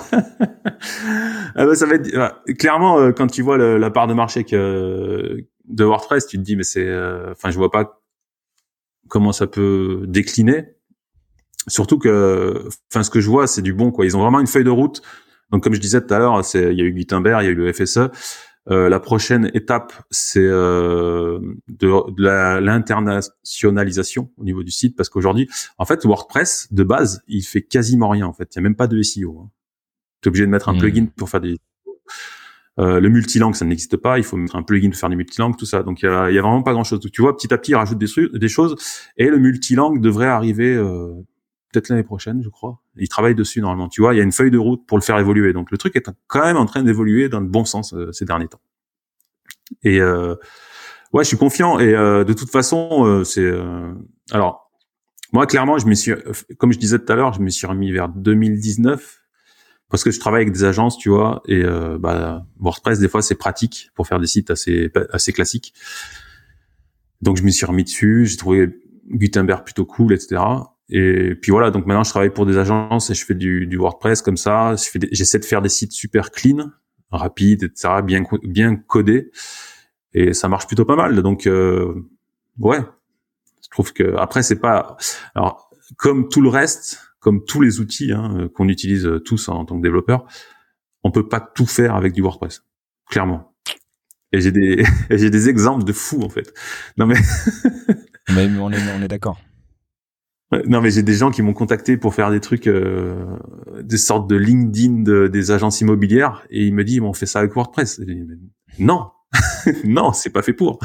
ah bah, ça va être euh, clairement euh, quand tu vois le, la part de marché que de WordPress, tu te dis mais c'est, enfin, euh, je vois pas comment ça peut décliner. Surtout que, enfin, ce que je vois, c'est du bon, quoi. Ils ont vraiment une feuille de route. Donc, comme je disais tout à l'heure, c'est, il y a eu Gutenberg, il y a eu le F S E. Euh, la prochaine étape, c'est euh, de, de la, l'internationalisation au niveau du site, parce qu'aujourd'hui, en fait, WordPress de base, il fait quasiment rien. En fait, il y a même pas de S E O. Hein. T'es obligé de mettre un mmh. plugin pour faire des. Euh, le multilangue, ça n'existe pas. Il faut mettre un plugin pour faire du multilangue, tout ça. Donc, il y a, il y a vraiment pas grand-chose. Donc, tu vois, petit à petit, ils rajoutent des, des choses, et le multilangue devrait arriver euh, peut-être l'année prochaine, je crois. Ils travaillent dessus normalement. Tu vois, il y a une feuille de route pour le faire évoluer. Donc, le truc est quand même en train d'évoluer dans le bon sens euh, ces derniers temps. Et euh, ouais, je suis confiant. Et euh, de toute façon, euh, c'est euh, alors moi clairement, je me suis, comme je disais tout à l'heure, je me suis remis vers deux mille dix-neuf parce que je travaille avec des agences, tu vois. Et euh, bah WordPress, des fois, c'est pratique pour faire des sites assez assez classiques. Donc je me suis remis dessus. J'ai trouvé Gutenberg plutôt cool, et cetera. Et puis voilà, donc maintenant je travaille pour des agences et je fais du, du WordPress comme ça. Je fais des, j'essaie de faire des sites super clean, rapides, et cetera, bien bien codés, et ça marche plutôt pas mal. Donc euh, ouais, je trouve que après c'est pas, alors comme tout le reste, comme tous les outils hein, qu'on utilise tous en tant que développeur, on peut pas tout faire avec du WordPress, clairement. Et j'ai des et j'ai des exemples de fous en fait. Non mais mais on est on est d'accord. Non mais j'ai des gens qui m'ont contacté pour faire des trucs, euh, des sortes de LinkedIn de, des agences immobilières, et ils me disent on fait ça avec WordPress. Et je dis, non, non, c'est pas fait pour.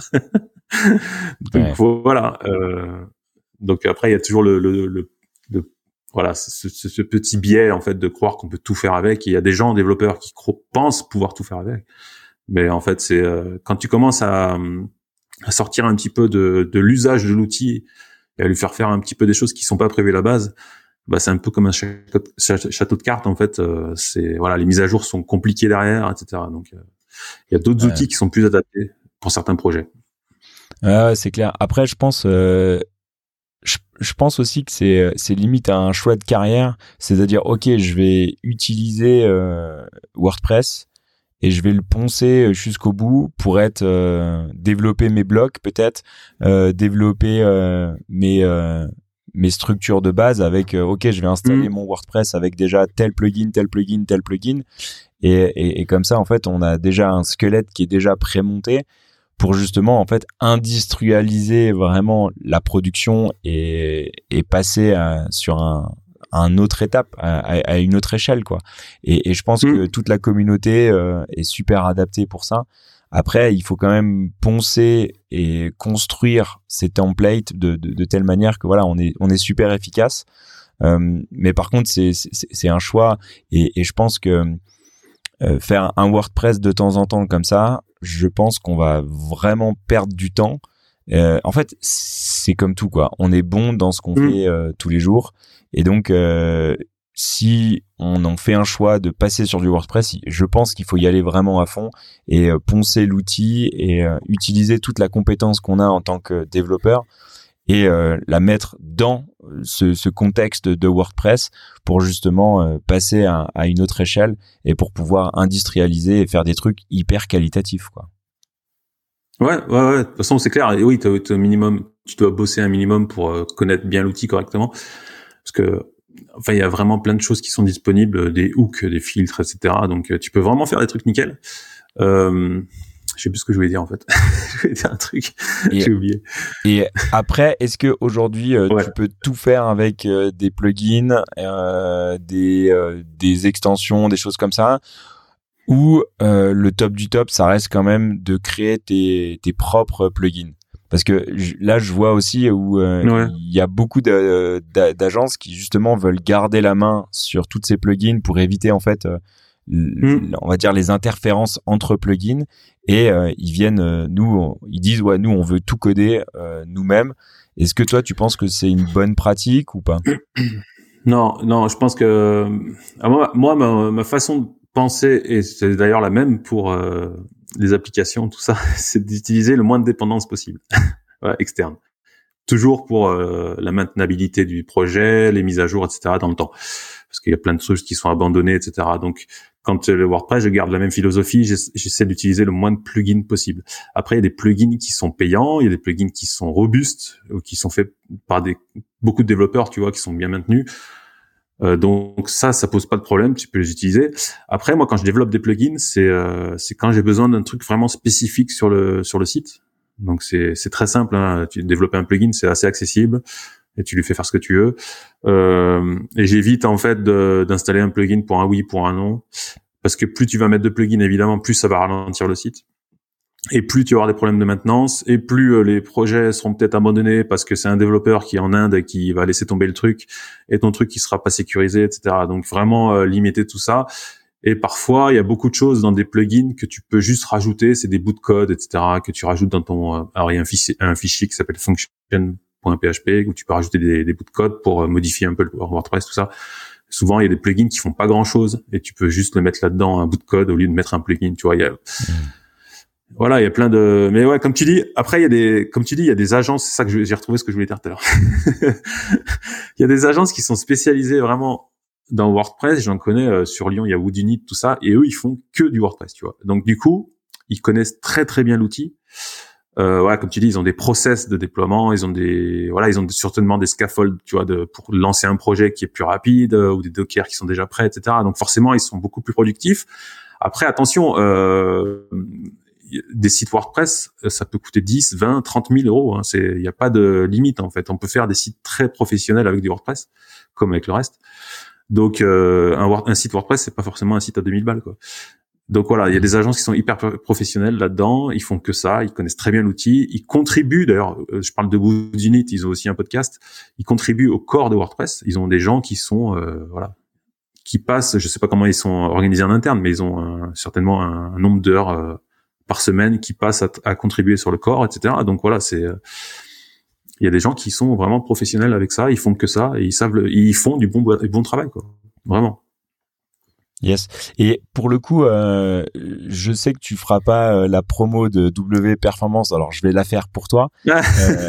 Donc ouais. Voilà. Euh, donc après il y a toujours le, le, le, le voilà ce, ce, ce petit biais en fait de croire qu'on peut tout faire avec. Et il y a des gens développeurs qui cro- pensent pouvoir tout faire avec, mais en fait c'est euh, quand tu commences à, à sortir un petit peu de, de l'usage de l'outil et à lui faire faire un petit peu des choses qui sont pas prévues à la base, bah c'est un peu comme un château, château de cartes en fait. Euh, c'est voilà, les mises à jour sont compliquées derrière, et cetera. Donc il euh, y a d'autres ouais. outils qui sont plus adaptés pour certains projets. Ah, c'est clair. Après, je pense, euh, je, je pense aussi que c'est c'est limite un choix de carrière, c'est-à-dire ok, je vais utiliser euh, WordPress et je vais le poncer jusqu'au bout pour être euh, développer mes blocs peut-être, euh, développer euh, mes euh, mes structures de base avec euh, ok, je vais installer mmh. mon WordPress avec déjà tel plugin, tel plugin, tel plugin, et, et et comme ça en fait on a déjà un squelette qui est déjà prémonté pour justement en fait industrialiser vraiment la production et, et passer à, sur un, un autre étape, à, à une autre échelle quoi. Et, et je pense mmh. que toute la communauté euh, est super adaptée pour ça. Après, il faut quand même poncer et construire ces templates de, de, de telle manière que voilà, on est on est super efficace. Euh, mais par contre, c'est c'est, c'est un choix et, et je pense que euh, faire un WordPress de temps en temps comme ça, je pense qu'on va vraiment perdre du temps. Euh, en fait, c'est comme tout quoi. On est bon dans ce qu'on mmh. fait euh, tous les jours, et donc euh, si on en fait un choix de passer sur du WordPress, je pense qu'il faut y aller vraiment à fond et euh, poncer l'outil et euh, utiliser toute la compétence qu'on a en tant que développeur et euh, la mettre dans ce, ce contexte de WordPress pour justement euh, passer à, à une autre échelle et pour pouvoir industrialiser et faire des trucs hyper qualitatifs quoi. Ouais, ouais, ouais. De toute façon, c'est clair. Et oui, t'as, t'as un minimum, tu dois bosser un minimum pour euh, connaître bien l'outil correctement, parce que enfin, il y a vraiment plein de choses qui sont disponibles, des hooks, des filtres, et cetera. Donc, tu peux vraiment faire des trucs nickel. Euh, je sais plus ce que je voulais dire en fait. Je voulais dire un truc, et, j'ai oublié. Et après, est-ce que aujourd'hui euh, ouais. tu peux tout faire avec euh, des plugins, euh, des euh, des extensions, des choses comme ça, ou euh, le top du top, ça reste quand même de créer tes tes propres plugins? Parce que là, je vois aussi où euh, ouais. il y a beaucoup de, de, d'agences qui justement veulent garder la main sur toutes ces plugins pour éviter en fait, euh, mm. on va dire les interférences entre plugins. Et euh, ils viennent, euh, nous, on, ils disent ouais, nous on veut tout coder euh, nous-mêmes. Est-ce que toi, tu penses que c'est une bonne pratique ou pas? Non, non, je pense que moi, moi ma, ma façon de penser, et c'est d'ailleurs la même pour euh, les applications, tout ça, c'est d'utiliser le moins de dépendance possible, ouais, externe. Toujours pour euh, la maintenabilité du projet, les mises à jour, et cetera dans le temps. Parce qu'il y a plein de trucs qui sont abandonnés, et cetera. Donc, quand le WordPress, je garde la même philosophie, j'essaie d'utiliser le moins de plugins possible. Après, il y a des plugins qui sont payants, il y a des plugins qui sont robustes, ou qui sont faits par des beaucoup de développeurs, tu vois, qui sont bien maintenus. Euh, donc ça, ça pose pas de problème, tu peux les utiliser. Après, moi, quand je développe des plugins, c'est euh, c'est quand j'ai besoin d'un truc vraiment spécifique sur le sur le site. Donc c'est c'est très simple. Hein. Tu développer un plugin, c'est assez accessible et tu lui fais faire ce que tu veux. Euh, et j'évite en fait de, d'installer un plugin pour un oui, pour un non, parce que plus tu vas mettre de plugins, évidemment, plus ça va ralentir le site. Et plus tu vas avoir des problèmes de maintenance, et plus euh, les projets seront peut-être abandonnés parce que c'est un développeur qui est en Inde et qui va laisser tomber le truc, et ton truc qui sera pas sécurisé, et cetera. Donc vraiment euh, limiter tout ça. Et parfois, il y a beaucoup de choses dans des plugins que tu peux juste rajouter, c'est des bouts de code, et cetera, que tu rajoutes dans ton... Euh, alors, il y a un fichier, un fichier qui s'appelle function.php où tu peux rajouter des, des bouts de code pour euh, modifier un peu le WordPress, tout ça. Souvent, il y a des plugins qui font pas grand-chose et tu peux juste le mettre là-dedans, un bout de code, au lieu de mettre un plugin, tu vois. Il y a... Mmh. Voilà, il y a plein de, mais ouais, comme tu dis, après il y a des, comme tu dis, il y a des agences, c'est ça que je... j'ai retrouvé ce que je voulais dire tout à l'heure. Il y a des agences qui sont spécialisées vraiment dans WordPress. J'en connais euh, sur Lyon, il y a Woodunit, tout ça, et eux ils font que du WordPress, tu vois. Donc du coup, ils connaissent très très bien l'outil. Euh, voilà, comme tu dis, ils ont des process de déploiement, ils ont des, voilà, ils ont certainement des scaffolds, tu vois, de, pour lancer un projet qui est plus rapide, euh, ou des dockers qui sont déjà prêts, et cetera. Donc forcément, ils sont beaucoup plus productifs. Après, attention. Euh, des sites WordPress, ça peut coûter dix, vingt, trente mille euros. Hein. C'est, il n'y a pas de limite en fait. On peut faire des sites très professionnels avec du WordPress, comme avec le reste. Donc, euh, un, un site WordPress, c'est pas forcément un site à deux mille balles, quoi. Donc voilà, il y a des agences qui sont hyper professionnelles là-dedans. Ils font que ça. Ils connaissent très bien l'outil. Ils contribuent. D'ailleurs, je parle de Woodunit. Ils ont aussi un podcast. Ils contribuent au corps de WordPress. Ils ont des gens qui sont, euh, voilà, qui passent. Je sais pas comment ils sont organisés en interne, mais ils ont un, certainement un, un nombre d'heures. Euh, par semaine qui passent à, à contribuer sur le corps, et cetera. Donc voilà, c'est, il euh, y a des gens qui sont vraiment professionnels avec ça, ils font que ça, et ils savent, le, ils font du bon, du bon travail, quoi. Vraiment. Yes. Et pour le coup, euh, je sais que tu feras pas euh, la promo de W Performance, alors je vais la faire pour toi. euh...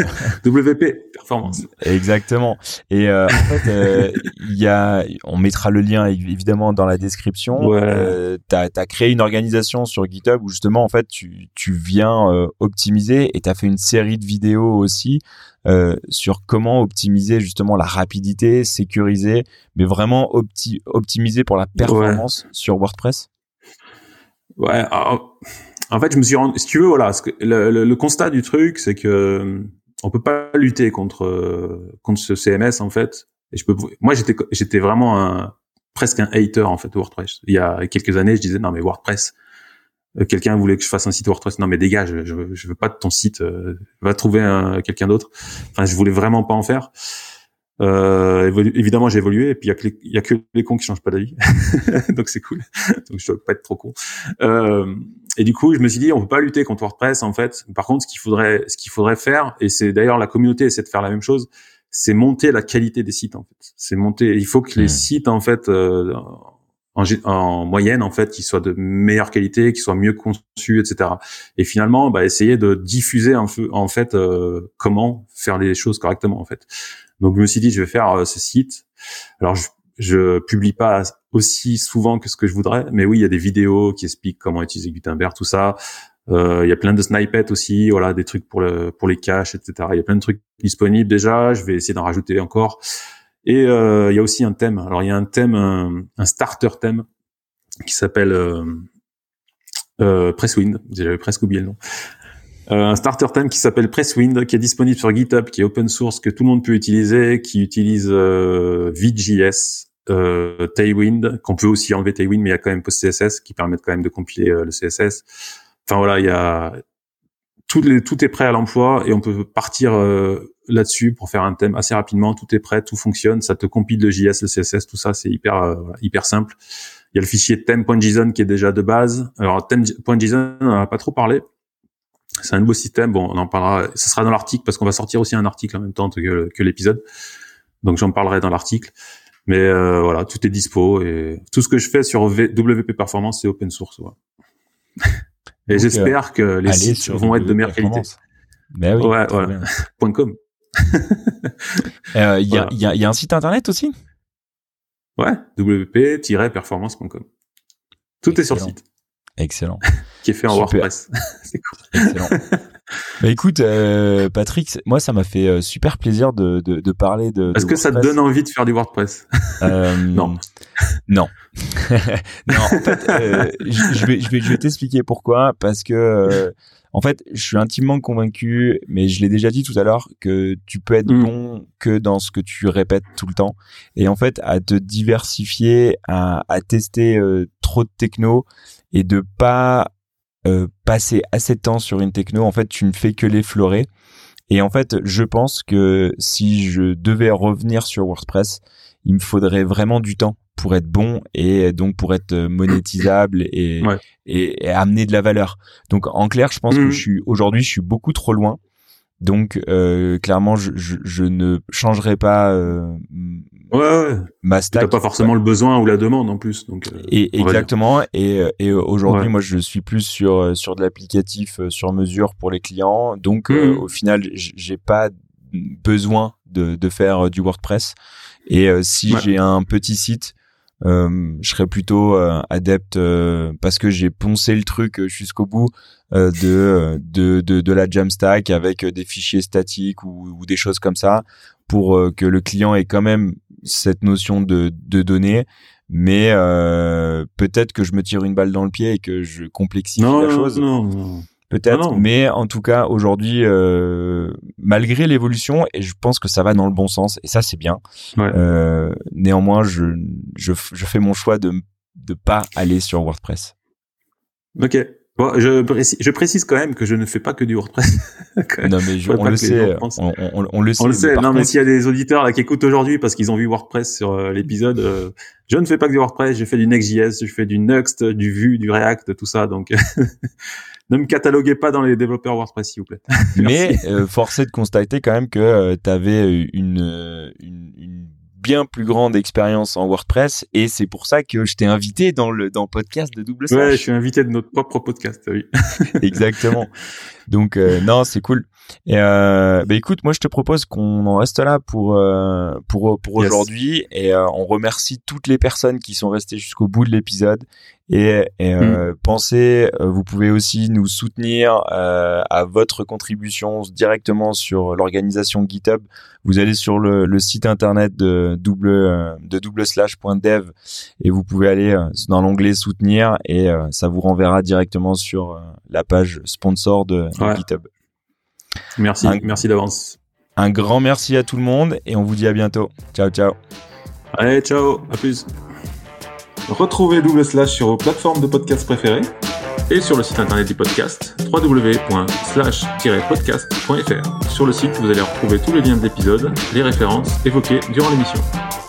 W P Performance. Exactement. Et euh, en fait, il euh, y a, on mettra le lien évidemment dans la description. Ouais. Euh, t'as, t'as créé une organisation sur GitHub où justement en fait tu, tu viens euh, optimiser, et t'as fait une série de vidéos aussi. Euh, sur comment optimiser justement la rapidité, sécuriser, mais vraiment opti- optimiser pour la performance ouais. sur WordPress. Ouais. Alors, en fait, je me suis rendu, si tu veux, voilà, ce que, le, le, le constat du truc, c'est que on peut pas lutter contre contre ce C M S en fait. Et je peux, moi, j'étais j'étais vraiment un presque un hater en fait de WordPress. Il y a quelques années, je disais non mais WordPress. Euh, quelqu'un voulait que je fasse un site WordPress, non mais dégage, je, je, veux, je veux pas de ton site, euh, va trouver un, quelqu'un d'autre. Enfin, je voulais vraiment pas en faire. Euh, évolu- évidemment, j'ai évolué et puis il y a que les, il y a que les cons qui changent pas d'avis, donc c'est cool. Donc je dois pas être trop con. Euh, et du coup, je me suis dit, on peut pas lutter contre WordPress en fait. Par contre, ce qu'il faudrait, ce qu'il faudrait faire, et c'est d'ailleurs la communauté essaie de faire la même chose, c'est monter la qualité des sites en fait. C'est monter. Il faut que les mmh. sites en fait. Euh, En, en moyenne en fait, qu'ils soient de meilleure qualité, qu'ils soient mieux conçus, et cetera. Et finalement, bah, essayer de diffuser un peu, en fait, euh, comment faire les choses correctement en fait. Donc je me suis dit, je vais faire euh, ce site. Alors je, je publie pas aussi souvent que ce que je voudrais, mais oui, il y a des vidéos qui expliquent comment utiliser Gutenberg, tout ça. Euh, il y a plein de snippets aussi, voilà, des trucs pour le pour les caches, et cetera. Il y a plein de trucs disponibles déjà. Je vais essayer d'en rajouter encore. Et euh, il y a aussi un thème. Alors il y a un thème, un, un starter thème qui s'appelle euh, euh, Presswind. J'avais presque oublié le nom. Euh, un starter thème qui s'appelle Presswind, qui est disponible sur GitHub, qui est open source, que tout le monde peut utiliser, qui utilise euh, Vue.js, euh, Tailwind, qu'on peut aussi enlever Tailwind, mais il y a quand même PostCSS qui permettent quand même de compiler euh, le C S S. Enfin voilà, il y a tout, les, tout est prêt à l'emploi et on peut partir euh, là-dessus pour faire un thème assez rapidement. Tout est prêt, tout fonctionne, ça te compile le J S, le C S S, tout ça, c'est hyper euh, voilà, hyper simple. Il y a le fichier theme.json qui est déjà de base. Alors theme.json, on n'en a pas trop parlé. C'est un nouveau système. Bon, on en parlera. Ça sera dans l'article parce qu'on va sortir aussi un article en même temps que, que l'épisode. Donc j'en parlerai dans l'article. Mais euh, voilà, tout est dispo et tout ce que je fais sur W P Performance c'est open source. Ouais. Et donc, j'espère euh, que les sites vont être de meilleure qualité. Ben oui. Ouais, voilà. .com. Il euh, y, voilà. y, a, y a un site internet aussi? Ouais, w p tiret performance point com. Tout Excellent. Est sur le site. Excellent. Qui est fait en Super. WordPress. C'est cool. Excellent. Bah écoute, euh, Patrick, moi ça m'a fait euh, super plaisir de, de, de parler de. Est-ce de que ça te donne envie de faire du WordPress? euh, Non. Non. non. En fait, euh, je vais, je vais, je vais t'expliquer pourquoi. Parce que, euh, en fait, je suis intimement convaincu, mais je l'ai déjà dit tout à l'heure, que tu peux être mmh. bon que dans ce que tu répètes tout le temps. Et en fait, à te diversifier, à, à tester euh, trop de techno et de pas Euh, passer assez de temps sur une techno, en fait, tu ne fais que l'effleurer. Et en fait, je pense que si je devais revenir sur WordPress, il me faudrait vraiment du temps pour être bon et donc pour être monétisable et, ouais. et, et amener de la valeur. Donc, en clair, je pense mmh. que je suis aujourd'hui, je suis beaucoup trop loin. Donc, euh, clairement, je, je, je ne changerai pas euh, ouais, ouais. ma stack. T'as pas forcément ouais. le besoin ou la demande en plus. Donc, euh, et exactement. Et, et aujourd'hui, ouais. moi, je suis plus sur sur de l'applicatif sur mesure pour les clients. Donc, mmh. euh, au final, j'ai pas besoin de de faire du WordPress. Et euh, si ouais. j'ai un petit site, euh, je serais plutôt euh, adepte euh, parce que j'ai poncé le truc jusqu'au bout euh, de, de de de la Jamstack avec des fichiers statiques ou, ou des choses comme ça pour euh, que le client ait quand même cette notion de de données, mais euh, peut-être que je me tire une balle dans le pied et que je complexifie non, la chose. Non, non. Peut-être, non. mais en tout cas aujourd'hui, euh, malgré l'évolution, et je pense que ça va dans le bon sens, et ça c'est bien. Ouais. Euh, néanmoins, je, je je fais mon choix de de pas aller sur WordPress. Ok. Bon, je précise, je précise quand même que je ne fais pas que du WordPress. non mais je, on, le sait, on, on, on le sait. On le sait. Non contre... mais s'il y a des auditeurs là qui écoutent aujourd'hui parce qu'ils ont vu WordPress sur euh, l'épisode, euh, je ne fais pas que du WordPress. J'ai fait du Next.js, je fais du Nuxt, du Vue, du React, tout ça. Donc ne me cataloguez pas dans les développeurs WordPress, s'il vous plaît. Mais euh, force est de constater quand même que euh, tu avais une, une, une bien plus grande expérience en WordPress et c'est pour ça que je t'ai invité dans le dans le podcast de Double Slash. Ouais, je suis invité de notre propre podcast, oui. Exactement. Donc euh, non, c'est cool. Et euh, bah écoute, moi je te propose qu'on en reste là pour euh, pour pour yes. aujourd'hui, et euh, on remercie toutes les personnes qui sont restées jusqu'au bout de l'épisode. Et, et euh, mm. pensez, euh, vous pouvez aussi nous soutenir euh, à votre contribution directement sur l'organisation GitHub. Vous allez sur le, le site internet de double euh, de double slash point dev et vous pouvez aller euh, dans l'onglet soutenir, et euh, ça vous renverra directement sur euh, la page sponsor de, ouais. de GitHub. Merci, un, merci d'avance. Un grand merci à tout le monde et on vous dit à bientôt. Ciao, ciao. Allez, ciao, à plus. Retrouvez Double Slash sur vos plateformes de podcast préférées et sur le site internet du podcast w w w point slash tiret podcast point f r. Sur le site, vous allez retrouver tous les liens de l'épisode, les références évoquées durant l'émission.